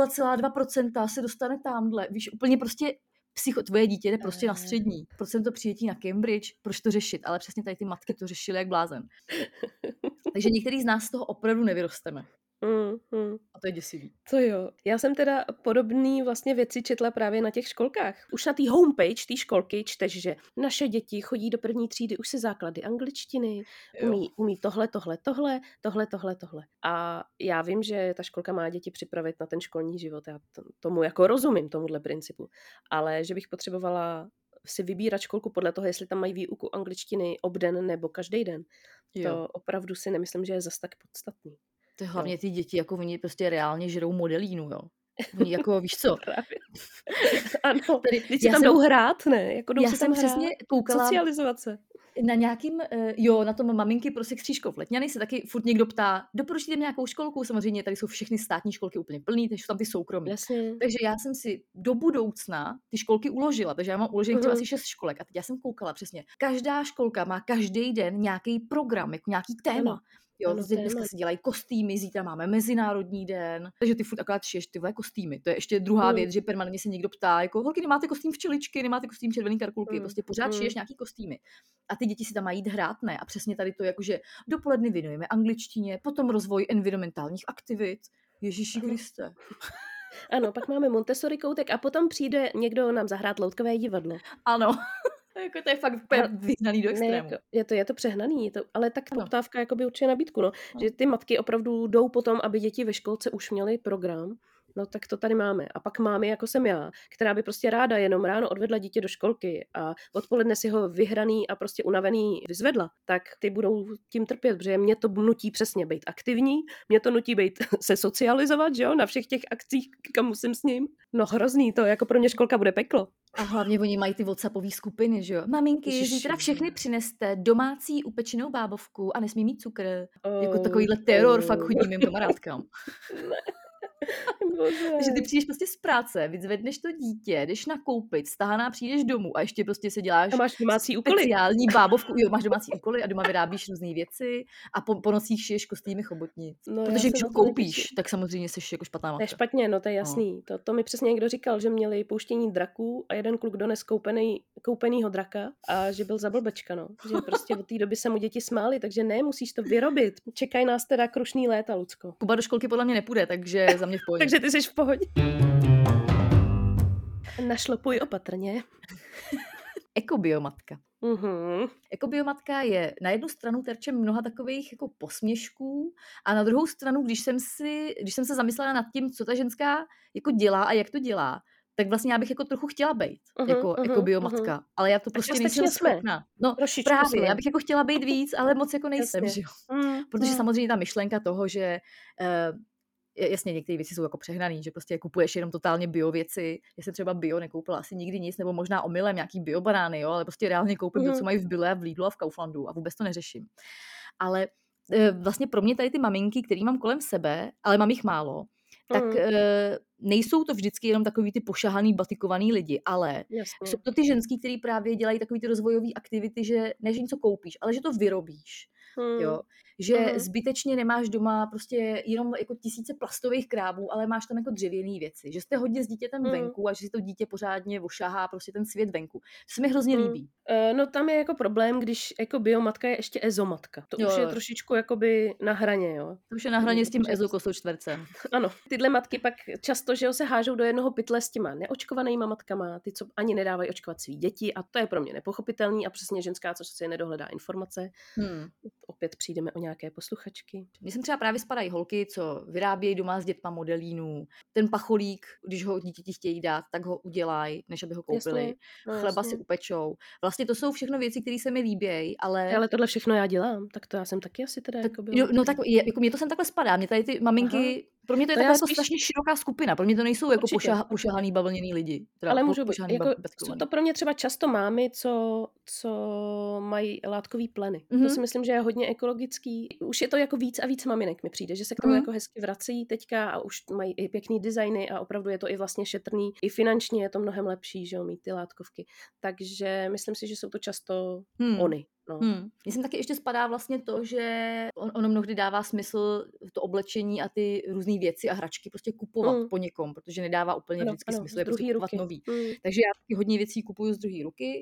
0,2% se dostane tamhle. Víš, úplně prostě tvoje dítě jde prostě na střední. Procento přijetí na Cambridge, proč to řešit? Ale přesně tady ty matky to řešily jak blázen. Takže některý z nás z toho opravdu nevyrosteme. A to je děsivý. To jo. Já jsem teda podobný vlastně věci četla právě na těch školkách. Už na té homepage té školky čteš, že naše děti chodí do 1. třídy už se základy angličtiny, umí tohle. A já vím, že ta školka má děti připravit na ten školní život. Já tomu jako rozumím, tomuhle principu. Ale že bych potřebovala si vybírat školku podle toho, jestli tam mají výuku angličtiny obden nebo každý den. To opravdu si nemyslím, že je zas tak podstatný. To je hlavně ty děti, jako oni prostě reálně žerou modelínu, jo. Oni jako, víš co? Ano, teď si tam jdou hrát, ne? Jako jdou já si jsem tam přesně koukala socializovat se. Na nějakým, na tom maminky prostě křížkov Letňany se taky furt někdo ptá, doporučíte mi nějakou školku? Samozřejmě tady jsou všechny státní školky úplně plný, takže jsou tam ty soukromí. Jasně. Takže já jsem si do budoucna ty školky uložila, takže já mám uložených třeba asi 6 školek a teď já jsem koukala přesně. Každá školka má každý den nějaký program, jako nějaký téma. Jo, dneska se dělají kostýmy, zítra máme Mezinárodní den, takže ty furt akorát šiješ ty kostýmy. To je ještě druhá věc, že permanentně se někdo ptá, jako holky, nemáte kostým včeličky, nemáte kostým červený karkulky, prostě pořád šiješ nějaký kostýmy. A ty děti si tam mají jít hrát, ne? A přesně tady to, jakože dopoledne věnujeme angličtině, potom rozvoj environmentálních aktivit. Ježíši Kriste. Ano, pak máme Montessori koutek a potom přijde někdo nám zahrát loutkové divadlo. Ano. Jako to je fakt vyhnaný do extrému. Ne, jako, je to přehnaný, ale tak poptávka jakoby určitě nabídku, že ty matky opravdu jdou potom, aby děti ve školce už měly program, no tak to tady máme. A pak máme, jako jsem já, která by prostě ráda jenom ráno odvedla dítě do školky a odpoledne si ho vyhraný a prostě unavený vyzvedla, tak ty budou tím trpět, protože mě to nutí přesně být aktivní, mě to nutí být se socializovat, že jo, na všech těch akcích, kam musím s ním. No hrozný to, jako pro ně školka bude peklo. A hlavně oni mají ty WhatsAppové skupiny, že jo. Maminky, zítra všechny přineste domácí upečenou bábovku a nesmí mít cukr. Jako takovýhle teror fakt chodí mým kamarádkám. Takže ty přijdeš prostě z práce, vyzvedneš to dítě, jdeš nakoupit, stáhaná přijdeš domů a ještě prostě se děláš a máš domácí úkoly. Speciální bábovku, jo, máš domácí úkoly a doma vyrábíš různé věci a po nocích šiješ kostýmy chobotnic. No, protože když ho koupíš, tak samozřejmě jsi jako špatná matka. To je špatně, no to je jasný. No. To mi přesně někdo říkal, že měli pouštění draků a jeden kluk dones koupenýho draka a že byl za blbečka, no. Že prostě od té doby se mu děti smály, takže ne, musíš to vyrobit. Čekají nás teda krušný léta, Lucko. Kuba do školky podle mě nepůjde, takže za mě v pohodě. Takže ty jsi v pohodě. Našlopuj opatrně. Ekobiomatka. Jako biomatka je na jednu stranu terčem mnoha takových jako posměšků a na druhou stranu, když jsem se zamyslela nad tím, co ta ženská jako dělá a jak to dělá, tak vlastně já bych jako trochu chtěla být jako biomatka, ale já to prostě nejsem schopná. No právě, já bych jako chtěla být víc, ale moc jako nejsem, že jo. Protože samozřejmě ta myšlenka toho, že jasně, některé věci jsou jako přehnaný, že prostě kupuješ jenom totálně bio věci. Já jsem třeba bio nekoupila asi nikdy nic, nebo možná omylem nějaký bio banány, jo, ale prostě reálně koupím to, co mají v Bille a v Lidlu a v Kauflandu a vůbec to neřeším. Ale vlastně pro mě tady ty maminky, který mám kolem sebe, ale mám jich málo, tak nejsou to vždycky jenom takový ty pošahaný, batikovaný lidi, ale jsou to ty ženský, který právě dělají takový ty rozvojové aktivity, že ne, že něco koupíš, ale že to vyrobíš. Jo? Že zbytečně nemáš doma prostě jenom jako tisíce plastových krábů, ale máš tam jako dřevěný věci. Že jste hodně s dítětem venku a že si to dítě pořádně ošahá prostě ten svět venku. To se mi hrozně líbí. No tam je jako problém, když jako biomatka je ještě ezomatka. To už je trošičku jakoby na hraně, jo. To už je na hraně s tím ezokosoučtvercem. Ano, tyhle matky pak často, že se hážou do jednoho pytle s těma neočkovanýma matkama, ty, co ani nedávají očkovat svý děti, a to je pro mě nepochopitelný a přesně ženská, co si nedohledá informace. Opět přijdeme o nějaké posluchačky. Mně sem třeba právě spadají holky, co vyrábějí doma s dětma modelínů. Ten pacholík, když ho dítěti chtějí dát, tak ho udělají, než aby ho koupili. Chleba si upečou. Vlastně to jsou všechno věci, které se mi líbějí, ale tohle všechno já dělám, tak to já jsem taky asi teda tak, jako byla. No tak jako mě to sem takhle spadá. Mě tady ty maminky, pro mě to je taková jako strašně široká skupina. Pro mě to nejsou jako pošahaný bavlněný lidi. Ale můžou být. Jako, jsou to pro mě třeba často mámy, co mají látkový pleny. To si myslím, že je hodně ekologický. Už je to jako víc a víc maminek mi přijde, že se k tomu jako hezky vrací teďka a už mají i pěkný designy a opravdu je to i vlastně šetrný. I finančně je to mnohem lepší, že jo, mít ty látkovky. Takže myslím si, že jsou to často ony. No. Mně sem taky ještě spadá vlastně to, že ono mnohdy dává smysl to oblečení a ty různé věci a hračky prostě kupovat po někom, protože nedává úplně vždycky smysl je prostě kupovat nový. Takže já taky hodně věcí kupuju z druhé ruky.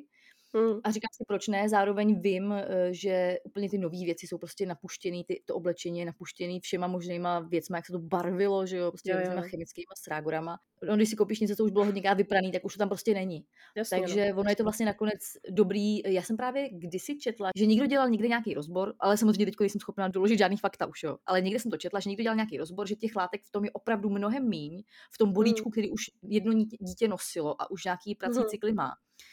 A říkám si, proč ne, zároveň vím, že úplně ty nový věci jsou prostě napuštěný, to oblečení je napuštěný všema možnýma věcma, jak se to barvilo, že jo, prostě různýma chemickýma srágorama. No, když si koupíš něco, co už bylo hodněkrát vypraný, tak už to tam prostě není. Jasně, takže ono je to vlastně nakonec dobrý. Já jsem právě kdysi četla, že někdo dělal někde nějaký rozbor, ale samozřejmě teď nejsem schopná doložit žádný fakta už, jo. Ale někde jsem to četla, že někdo dělal nějaký rozbor, že těch látek v tom je opravdu mnohem míň, v tom bolíčku, který už jedno dítě nosilo a už nějaký prací cykly má.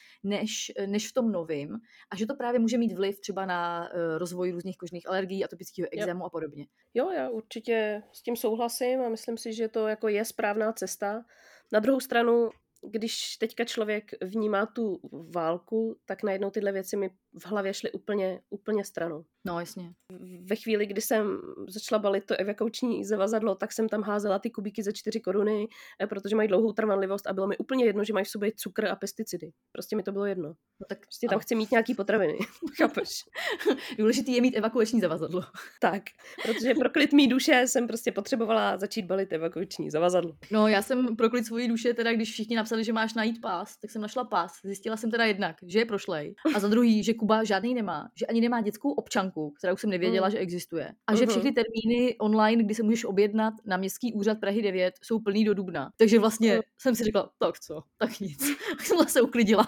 Než v tom novým a že to právě může mít vliv třeba na rozvoj různých kožních alergií, atopického ekzému a podobně. Jo, já určitě s tím souhlasím a myslím si, že to jako je správná cesta. Na druhou stranu, když teďka člověk vnímá tu válku, tak najednou tyhle věci mi v hlavě šly úplně stranou. No, jasně. Ve chvíli, kdy jsem začala balit to evakuační zavazadlo, tak jsem tam házela ty kubíky za 4 koruny, protože mají dlouhou trvanlivost a bylo mi úplně jedno, že mají v sobě cukr a pesticidy. Prostě mi to bylo jedno. No, tak prostě tam chci mít nějaký potraviny. Chápeš? Důležitý je mít evakuační zavazadlo. Tak, protože pro klid mý duše jsem prostě potřebovala začít balit evakuační zavazadlo. No, já jsem pro klid svojí duše, teda když všichni napsali, že máš najít pás, tak jsem našla pás. Zjistila jsem teda jednak, že je prošlej, a za druhý, že Kuba žádný nemá, že ani nemá dětskou občanku, kterou jsem nevěděla, že existuje. A že všechny termíny online, kdy se můžeš objednat na Městský úřad Prahy 9, jsou plný do dubna. Takže vlastně jsem si řekla, tak co, tak nic. Jsem se uklidila.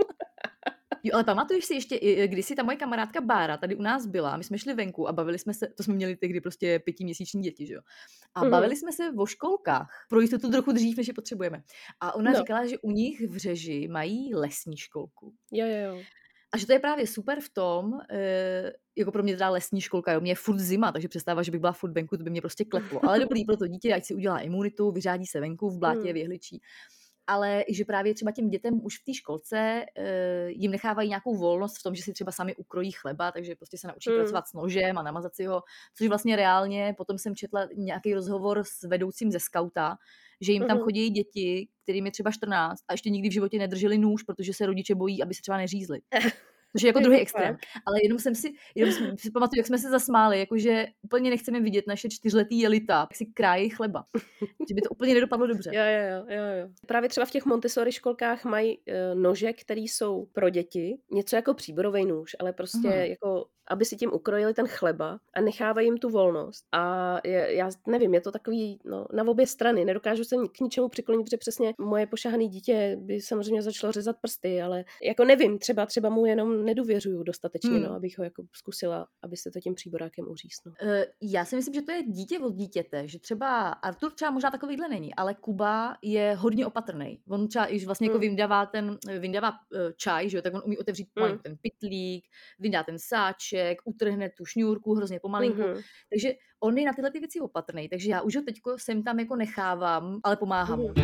Jo, ale pamatuješ si ještě, když si ta moje kamarádka Bára tady u nás byla, my jsme šli venku a bavili jsme se, to jsme měli tehdy prostě 5měsíční děti, že jo. A bavili jsme se o školkách, pro jistotu trochu dřív, než je potřebujeme. A ona říkala, že u nich v Řeži mají lesní školku. Jo. A že to je právě super v tom, jako pro mě teda lesní školka, jo, mě je furt zima, takže představa, že bych byla furt venku, to by mě prostě kleplo. Ale dobrý pro to dítě, ať si udělá imunitu, vyřádí se venku, v blátě věhličí. Ale že právě třeba těm dětem už v té školce jim nechávají nějakou volnost v tom, že si třeba sami ukrojí chleba, takže prostě se naučí pracovat s nožem a namazat si ho, což vlastně reálně, potom jsem četla nějaký rozhovor s vedoucím ze skauta, že jim tam chodí děti, kterým je třeba 14 a ještě nikdy v životě nedrželi nůž, protože se rodiče bojí, aby se třeba neřízli. Což je jako druhý extrém. Ale jenom jsem si pamatuju, jak jsme se zasmáli, jakože úplně nechceme vidět naše 4letý jelita, jak si krájí chleba. Že by to úplně nedopadlo dobře. Jo. Právě třeba v těch Montessori školkách mají nože, které jsou pro děti, něco jako příborový nůž, ale prostě jako aby si tím ukrojili ten chleba a nechávají jim tu volnost. A já nevím, je to takový, no, na obě strany. Nedokážu se k ničemu přiklonit, protože přesně moje pošahané dítě by samozřejmě začalo řezat prsty, ale jako nevím, třeba mu jenom nedůvěřuju dostatečně, no, abych ho jako zkusila, aby se to tím příborákem uřísl. No. Já si myslím, že to je dítě od dítěte, že třeba Artur třeba možná takovýhle není, ale Kuba je hodně opatrný. On třeba i vlastně jako vyndává čaj, že jo, tak on umí otevřít pomalinku ten pytlík, vyndá ten sáček, utrhne tu šňůrku hrozně pomalinku. Takže on je na tyhle ty věci opatrný, takže já už ho teďko sem tam jako nechávám, ale pomáhám mu.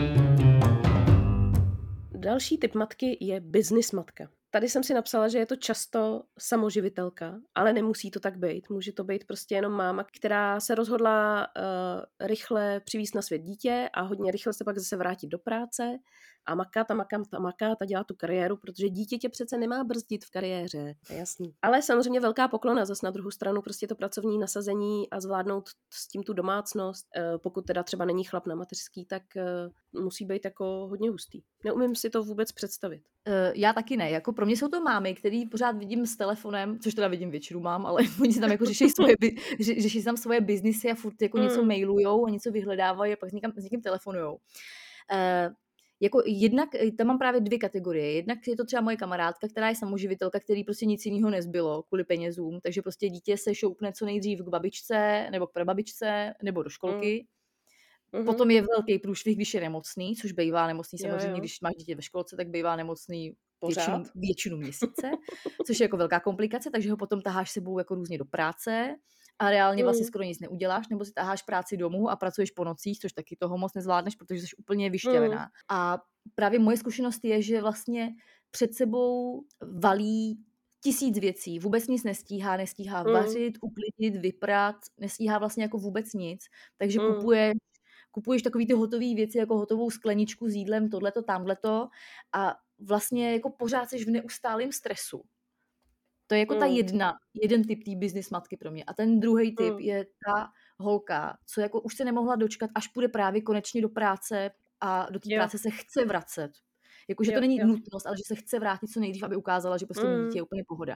Další typ matky je business matka. Tady jsem si napsala, že je to často samoživitelka, ale nemusí to tak být. Může to být prostě jenom máma, která se rozhodla rychle přivést na svět dítě a hodně rychle se pak zase vrátit do práce a maká, ta dělá tu kariéru, protože dítě tě přece nemá brzdit v kariéře, je jasný. Ale samozřejmě velká poklona zase na druhou stranu, prostě to pracovní nasazení a zvládnout s tím tu domácnost, pokud teda třeba není chlap na mateřský, tak musí být jako hodně hustý. Neumím si to vůbec představit. Já taky ne, jako pro mě jsou to mámy, který pořád vidím s telefonem, což teda vidím většinu mám, ale oni si tam jako řeší tam svoje biznisy a furt jako něco mailujou a něco vyhledávají a pak s někým telefonujou. Jako jednak, tam mám právě 2 kategorie. Jednak je to třeba moje kamarádka, která je samoživitelka, který prostě nic jiného nezbylo kvůli penězům, takže prostě dítě se šoupne co nejdřív k babičce nebo k prababičce nebo do školky. Potom je velký průšvih, když je nemocný, což bývá nemocný samozřejmě, když máš dítě ve školce, tak bývá nemocný většinu měsíce, což je jako velká komplikace, takže ho potom taháš sebou jako různě do práce a reálně vlastně skoro nic neuděláš, nebo si taháš práci domů a pracuješ po nocích, což taky toho moc nezvládneš, protože jsi úplně vyšťavená. A právě moje zkušenost je, že vlastně před sebou valí 1000 věcí, vůbec nic nestíhá vařit, uklidit, vyprat, nestíhá vlastně jako vůbec nic, takže kupuješ takový ty hotové věci, jako hotovou skleničku s jídlem, tohleto, tamhleto a vlastně jako pořád jsi v neustálém stresu. To je jako jeden typ té business matky pro mě. A ten druhý typ je ta holka, co jako už se nemohla dočkat, až půjde právě konečně do práce a do té práce se chce vracet. Jakože to není nutnost, ale že se chce vrátit co nejdřív, aby ukázala, že prostě dítě je úplně pohoda.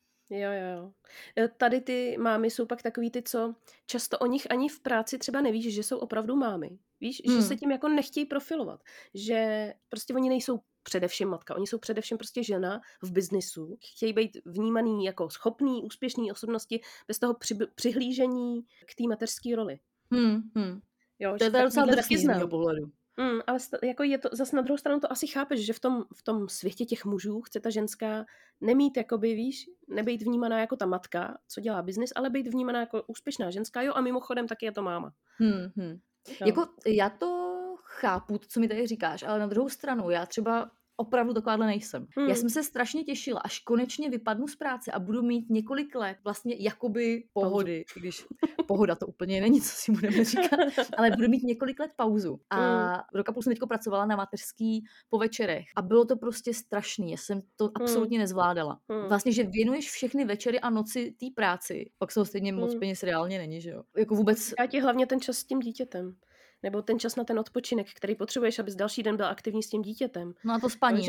Jo. Tady ty mámy jsou pak takový ty, co často o nich ani v práci třeba nevíš, že jsou opravdu mámy. Víš, že se tím jako nechtějí profilovat. Že prostě oni nejsou především matka, oni jsou především prostě žena v biznisu. Chtějí být vnímaný jako schopný, úspěšný osobnosti bez toho přihlížení k té mateřské roli. Jo, to je docela drsný z mého pohledu. Ale jako je to, zase na druhou stranu to asi chápeš, že v tom světě těch mužů chce ta ženská nemít, jakoby, víš, nebejt vnímaná jako ta matka, co dělá biznis, ale být vnímaná jako úspěšná ženská, jo, a mimochodem taky je to máma. Jako já to chápu, co mi tady říkáš, ale na druhou stranu, já třeba opravdu takováhle nejsem. Já jsem se strašně těšila, až konečně vypadnu z práce a budu mít několik let vlastně jakoby pohody, když pohoda to úplně není, co si budeme říkat, ale budu mít několik let pauzu. A rok a půl jsem teďko pracovala na mateřský po večerech a bylo to prostě strašný, já jsem to absolutně nezvládala. Vlastně, že věnuješ všechny večery a noci té práci, pak se stejně moc peněz reálně není, že jo? Jako vůbec... Já ti hlavně ten čas s tím dítětem. Nebo ten čas na ten odpočinek, který potřebuješ, abys další den byl aktivní s tím dítětem. No a to spaní,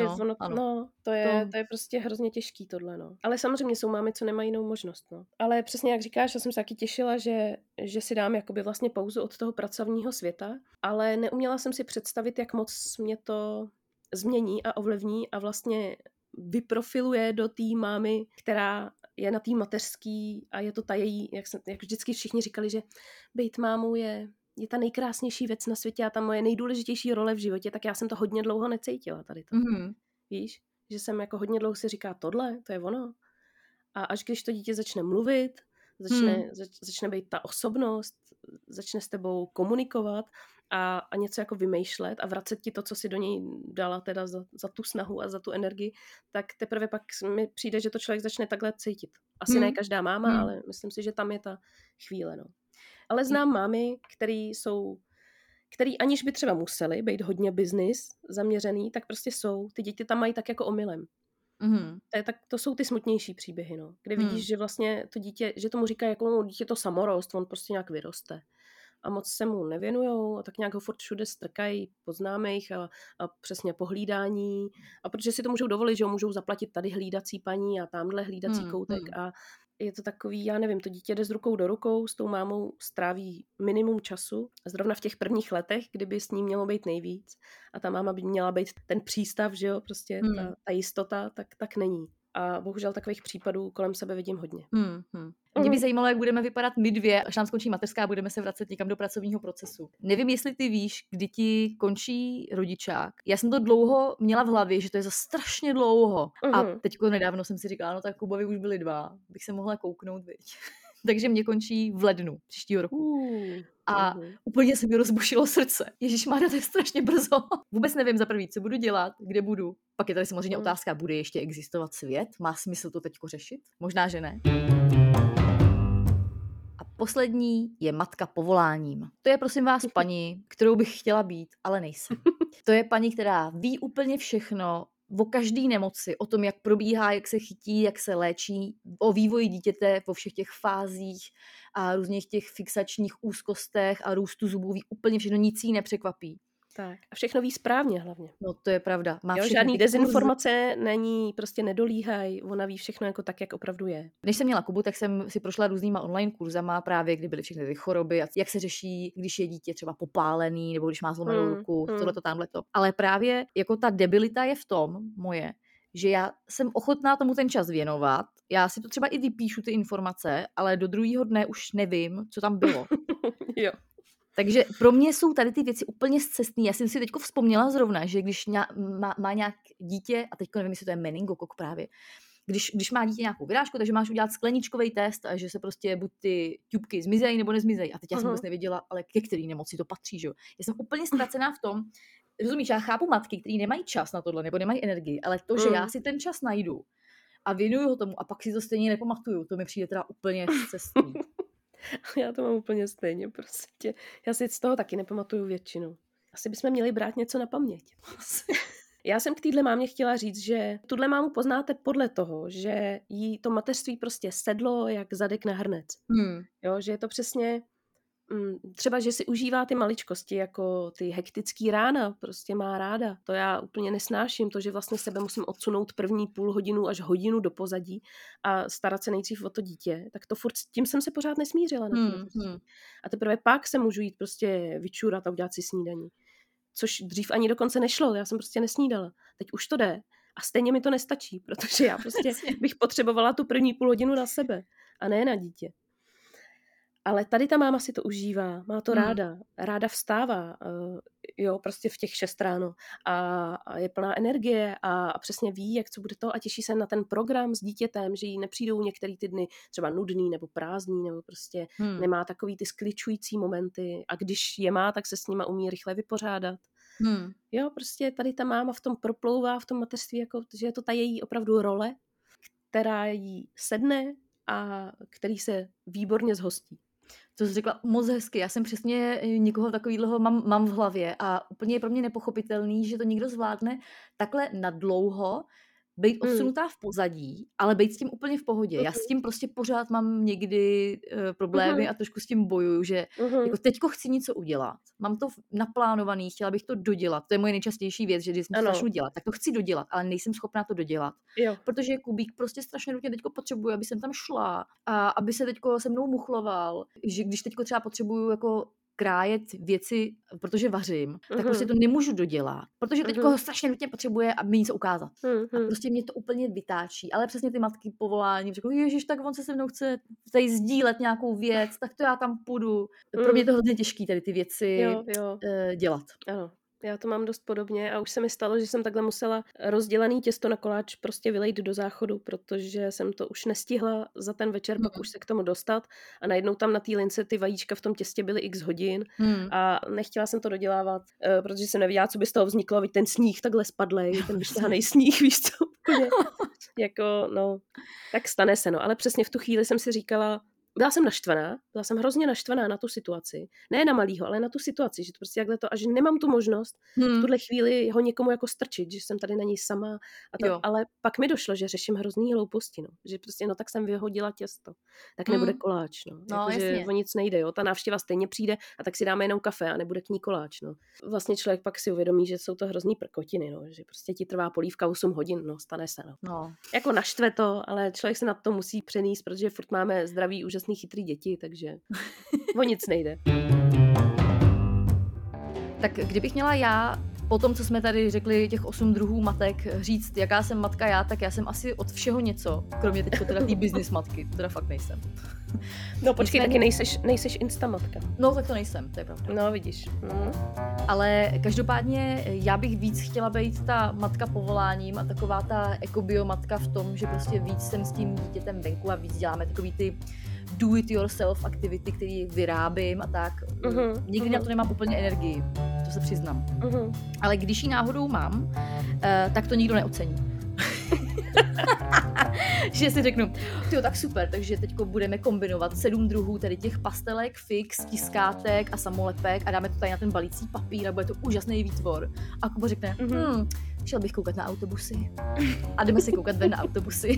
to je prostě hrozně těžký tohle, no. Ale samozřejmě jsou mámy, co nemají jinou možnost, no. Ale přesně jak říkáš, já jsem se taky těšila, že si dám jakoby vlastně pauzu od toho pracovního světa, ale neuměla jsem si představit, jak moc mě to změní a ovlivní a vlastně vyprofiluje do té mámy, která je na té mateřský a je to ta její, jak vždycky všichni říkali, že být mámou je ta nejkrásnější věc na světě a ta moje nejdůležitější role v životě, tak já jsem to hodně dlouho necítila tady to. Víš, že jsem jako hodně dlouho si říká tohle, to je ono. A až když to dítě začne mluvit, začne být ta osobnost, začne s tebou komunikovat a něco jako vymýšlet a vracet ti to, co si do něj dala teda za tu snahu a za tu energii, tak teprve pak mi přijde, že to člověk začne takhle cítit. Asi ne každá máma, ale myslím si, že tam je ta chvíle, no. Ale znám mámy, který aniž by třeba museli být hodně business zaměřený, tak prostě jsou. Ty děti tam mají tak jako omylem. To jsou ty smutnější příběhy, no. Kde vidíš, že vlastně to dítě, že tomu říká, jako dítě to samorost, on prostě nějak vyroste. A moc se mu nevěnujou a tak nějak ho furt všude strkají po známých a přesně po hlídání. A protože si to můžou dovolit, že ho můžou zaplatit tady hlídací paní a tamhle hlídací koutek a je to takový, já nevím, to dítě jde z rukou do rukou, s tou mámou stráví minimum času, zrovna v těch prvních letech, kdyby s ní mělo být nejvíc a ta máma by měla být ten přístav, že jo, prostě ta jistota, tak není. A bohužel takových případů kolem sebe vidím hodně. Mě by zajímalo, jak budeme vypadat my dvě, až nám skončí mateřská a budeme se vracet někam do pracovního procesu. Nevím, jestli ty víš, kdy ti končí rodičák. Já jsem to dlouho měla v hlavě, že to je za strašně dlouho. A teďko nedávno jsem si říkala, no tak Kubovi už byli 2, bych se mohla kouknout, viď. Takže mě končí v lednu příštího roku. A úplně se mi rozbušilo srdce. Ježišmarja, to je strašně brzo. Vůbec nevím za prvý, co budu dělat, kde budu. Pak je tady samozřejmě otázka, bude ještě existovat svět? Má smysl to teďko řešit? Možná, že ne. A poslední je matka povoláním. To je prosím vás paní, kterou bych chtěla být, ale nejsem. To je paní, která ví úplně všechno o každé nemoci, o tom, jak probíhá, jak se chytí, jak se léčí, o vývoji dítěte, po všech těch fázích a různých těch fixačních úzkostech a růstu zubů, ví úplně všechno, nic jí nepřekvapí. Tak. A všechno ví správně hlavně. No to je pravda. Má žádný dezinformace není, prostě nedolíhaj, ona ví všechno jako tak, jak opravdu je. Když jsem měla Kubu, tak jsem si prošla různýma online kurzama právě, kdy byly všechny ty choroby a jak se řeší, když je dítě třeba popálený nebo když má zlomenou ruku, tohleto, tamhleto. Ale právě jako ta debilita je v tom moje, že já jsem ochotná tomu ten čas věnovat. Já si to třeba i vypíšu ty informace, ale do druhého dne už nevím, co tam bylo. Jo. Takže pro mě jsou tady ty věci úplně scestný. Já jsem si teďko vzpomněla zrovna, že když má nějak dítě, a teďko nevím, jestli to je meningokok právě, když má dítě nějakou vyrážku, takže máš udělat skleničkový test a že se prostě buď ty ťupky zmizejí nebo nezmizejí. A teď já jsem vůbec nevěděla, ale ke který nemoci to patří, že jo. Já jsem úplně ztracená v tom, rozumíš, já chápu matky, který nemají čas na tohle nebo nemají energii, ale to, že já si ten čas najdu a věnuju ho tomu a pak si to stejně nepamatuju, to mi přijde teda úplně scestný. Já to mám úplně stejně, prostě. Já si z toho taky nepamatuju většinu. Asi bychom měli brát něco na paměť. Já jsem k téhle mámě chtěla říct, že tuhle mámu poznáte podle toho, že jí to mateřství prostě sedlo jak zadek na hrnec. Jo, že je to přesně třeba, že si užívá ty maličkosti, jako ty hektický rána, prostě má ráda. To já úplně nesnáším, to, že vlastně sebe musím odsunout první půl hodinu až hodinu do pozadí a starat se nejdřív o to dítě, tak to furt, tím jsem se pořád nesmířila. A teprve pak se můžu jít prostě vyčůrat a udělat si snídaní. Což dřív ani dokonce nešlo, já jsem prostě nesnídala. Teď už to jde a stejně mi to nestačí, protože já prostě bych potřebovala tu první půl hodinu na sebe a ne na dítě. Ale tady ta máma si to užívá, má to ráda, ráda vstává, jo, prostě v těch 6 ráno a je plná energie a přesně ví, jak co bude to a těší se na ten program s dítětem, že jí nepřijdou některý ty dny třeba nudný nebo prázdný nebo prostě nemá takový ty skličující momenty a když je má, tak se s nima umí rychle vypořádat. Jo, prostě tady ta máma v tom proplouvá v tom mateřství, jako, že je to ta její opravdu role, která jí sedne a který se výborně zhostí. To jsi řekla moc hezky. Já jsem přesně někoho takovýhleho mám v hlavě a úplně je pro mě nepochopitelný, že to někdo zvládne takhle nadlouho být odsunutá v pozadí, ale být s tím úplně v pohodě. Já s tím prostě pořád mám někdy problémy a trošku s tím bojuju, že jako teďko chci něco udělat. Mám to naplánovaný, chtěla bych to dodělat. To je moje nejčastější věc, že když jsem to začnu dělat, tak to chci dodělat, ale nejsem schopná to dodělat. Jo. Protože Kubík prostě strašně nutně teďko potřebuje, aby jsem tam šla a aby se teďko se mnou muchloval. Že když teďko třeba potřebuju jako krájet věci, protože vařím, tak prostě to nemůžu dodělat, protože teďko ho strašně nutně potřebuje, aby mi něco ukázat. A prostě mě to úplně vytáčí. Ale přesně ty matky povolání řeknou, ježiš, tak on se mnou chce tady sdílet nějakou věc, tak to já tam půjdu. Pro mě je to hodně těžké tady ty věci dělat. Ano. Já to mám dost podobně a už se mi stalo, že jsem takhle musela rozdělaný těsto na koláč prostě vylejt do záchodu, protože jsem to už nestihla za ten večer, pak už se k tomu dostat a najednou tam na té lince ty vajíčka v tom těstě byly x hodin a nechtěla jsem to dodělávat, protože jsem nevěděla, co by z toho vzniklo, ten sníh takhle spadlej, ten vyšťahaný sníh, víš co, jako, no, tak stane se, no, ale přesně v tu chvíli jsem si říkala, Byla jsem hrozně naštvaná na tu situaci. Ne na malýho, ale na tu situaci, že to prostě takhle to, a že nemám tu možnost v tuhle chvíli ho někomu jako strčit, že jsem tady na něj sama. Ale pak mi došlo, že řeším hrozný hlouposti, no. Že prostě, no tak jsem vyhodila těsto, tak nebude koláč, no. Jako, že o nic nejde, jo. Ta návštěva stejně přijde a tak si dáme jenom kafe a nebude k ní koláč, no. Vlastně člověk pak si uvědomí, že jsou to hrozný prkotiny, no. Že prostě ti trvá polívka 8 hodin, no, stane se, no. Jako naštve to, ale člověk se na to musí přenést, protože furt máme zdraví, úžasný, chytrý děti, takže o nic nejde. Tak kdybych měla já, po tom, co jsme tady řekli těch 8 druhů matek, říct, jaká jsem matka já, tak já jsem asi od všeho něco, kromě teďko teda té business matky, to teda fakt nejsem. No počkej, taky nejseš instamatka. No tak to nejsem, to je pravda. No vidíš. Ale každopádně já bych víc chtěla být ta matka povoláním a taková ta ekobiomatka v tom, že prostě víc jsem s tím dítětem venku a víc děláme takový ty do-it-yourself aktivity, který vyrábím a tak. Někdy na to nemám úplně energii, to se přiznám. Ale když ji náhodou mám, tak to nikdo neocení. Že si řeknu, tyjo, tak super, takže teďko budeme kombinovat 7 druhů tady těch pastelek, fix, tiskátek a samolepek a dáme to tady na ten balící papír a bude to úžasný výtvor. A Kuba řekne, šel bych koukat na autobusy. A jdeme si koukat ven na autobusy.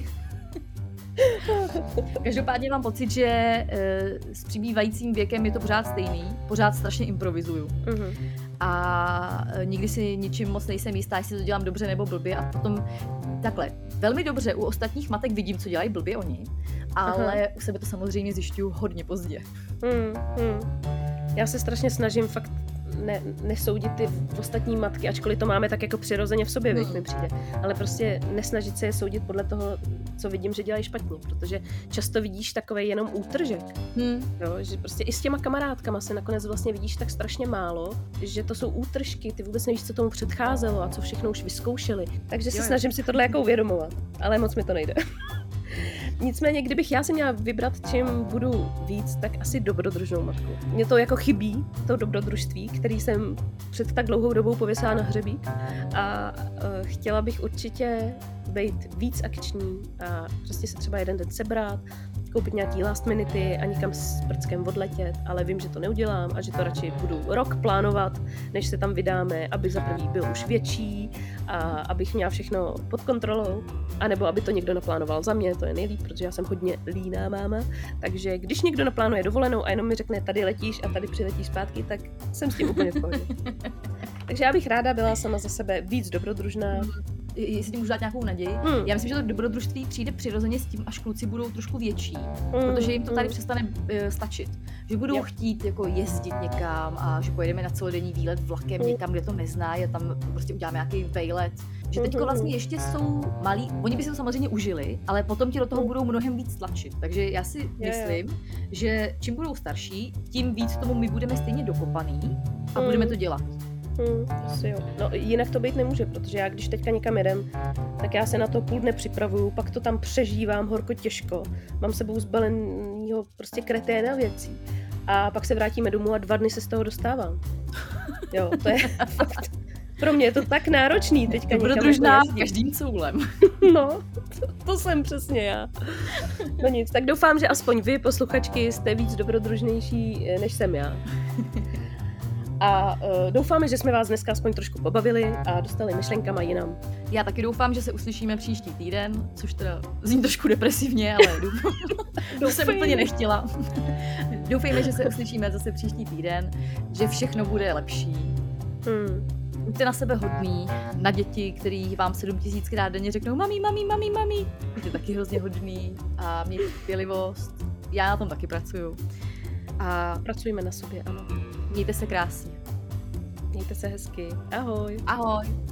Každopádně mám pocit, že s přibývajícím věkem je to pořád stejný, pořád strašně improvizuju. A nikdy si ničím moc nejsem jistá, jestli to dělám dobře nebo blbě a potom takhle, velmi dobře u ostatních matek vidím, co dělají blbě oni, ale u sebe to samozřejmě zjišťuju hodně pozdě. Já se strašně snažím fakt nesoudit ty ostatní matky, ačkoliv to máme tak jako přirozeně v sobě, mi přijde. Ale prostě nesnažit se je soudit podle toho, co vidím, že dělají špatně, protože často vidíš takovej jenom útržek. Jo, že prostě i s těma kamarádkama se nakonec vlastně vidíš tak strašně málo, že to jsou útržky, ty vůbec nevíš, co tomu předcházelo a co všechno už vyzkoušeli. Takže se snažím si tohle jako uvědomovat, ale moc mi to nejde. Nicméně, kdybych já si měla vybrat, čím budu víc, tak asi dobrodružnou matku. Mně to jako chybí, to dobrodružství, který jsem před tak dlouhou dobou pověsala na hřebík a chtěla bych určitě být víc akční a prostě se třeba jeden den sebrat, koupit nějaký last minuty a někam s prckem odletět, ale vím, že to neudělám a že to radši budu rok plánovat, než se tam vydáme, abych za prvý byl už větší a abych měla všechno pod kontrolou, anebo aby to někdo naplánoval za mě, to je nejlíp, protože já jsem hodně líná máma, takže když někdo naplánuje dovolenou a jenom mi řekne, tady letíš a tady přiletíš zpátky, tak jsem s tím úplně v pohodě. Takže já bych ráda byla sama za sebe víc dobrodružná. Jestli ti můžu dát nějakou naději. Já myslím, že to dobrodružství přijde přirozeně s tím, až kluci budou trošku větší, protože jim to tady přestane stačit. Že budou chtít jako jezdit někam a že pojedeme na celodenní výlet vlakem někam, kde to neznají a tam prostě uděláme nějaký vejlet. Že teďko vlastně ještě jsou malí, oni by si to samozřejmě užili, ale potom ti do toho budou mnohem víc tlačit. Takže já si myslím, že čím budou starší, tím víc tomu my budeme stejně dokopaný a budeme to dělat. Asi jo. No jinak to být nemůže, protože já když teďka někam jedem, tak já se na to půl dne připravuju, pak to tam přežívám horko těžko, mám sebou zbalenýho prostě kreténa věcí a pak se vrátíme domů a 2 dny se z toho dostávám. Jo, to je fakt, pro mě je to tak náročný teďka dobrodružná každým coulem. No, to jsem přesně já. No nic, tak doufám, že aspoň vy, posluchačky, jste víc dobrodružnější, než jsem já. A doufáme, že jsme vás dneska aspoň trošku pobavili a dostali myšlenkama jinam. Já taky doufám, že se uslyšíme příští týden, což teda zní trošku depresivně, ale doufám, to jsem úplně nechtěla. Doufejme, že se uslyšíme zase příští týden, že všechno bude lepší. Buďte na sebe hodný, na děti, který vám 7000krát denně řeknou mami. Buďte taky hrozně hodný a mějte trpělivost. Já na tom taky pracuju. A pracujeme na sobě, ano. Mějte se krásně. Mějte se hezky. Ahoj. Ahoj.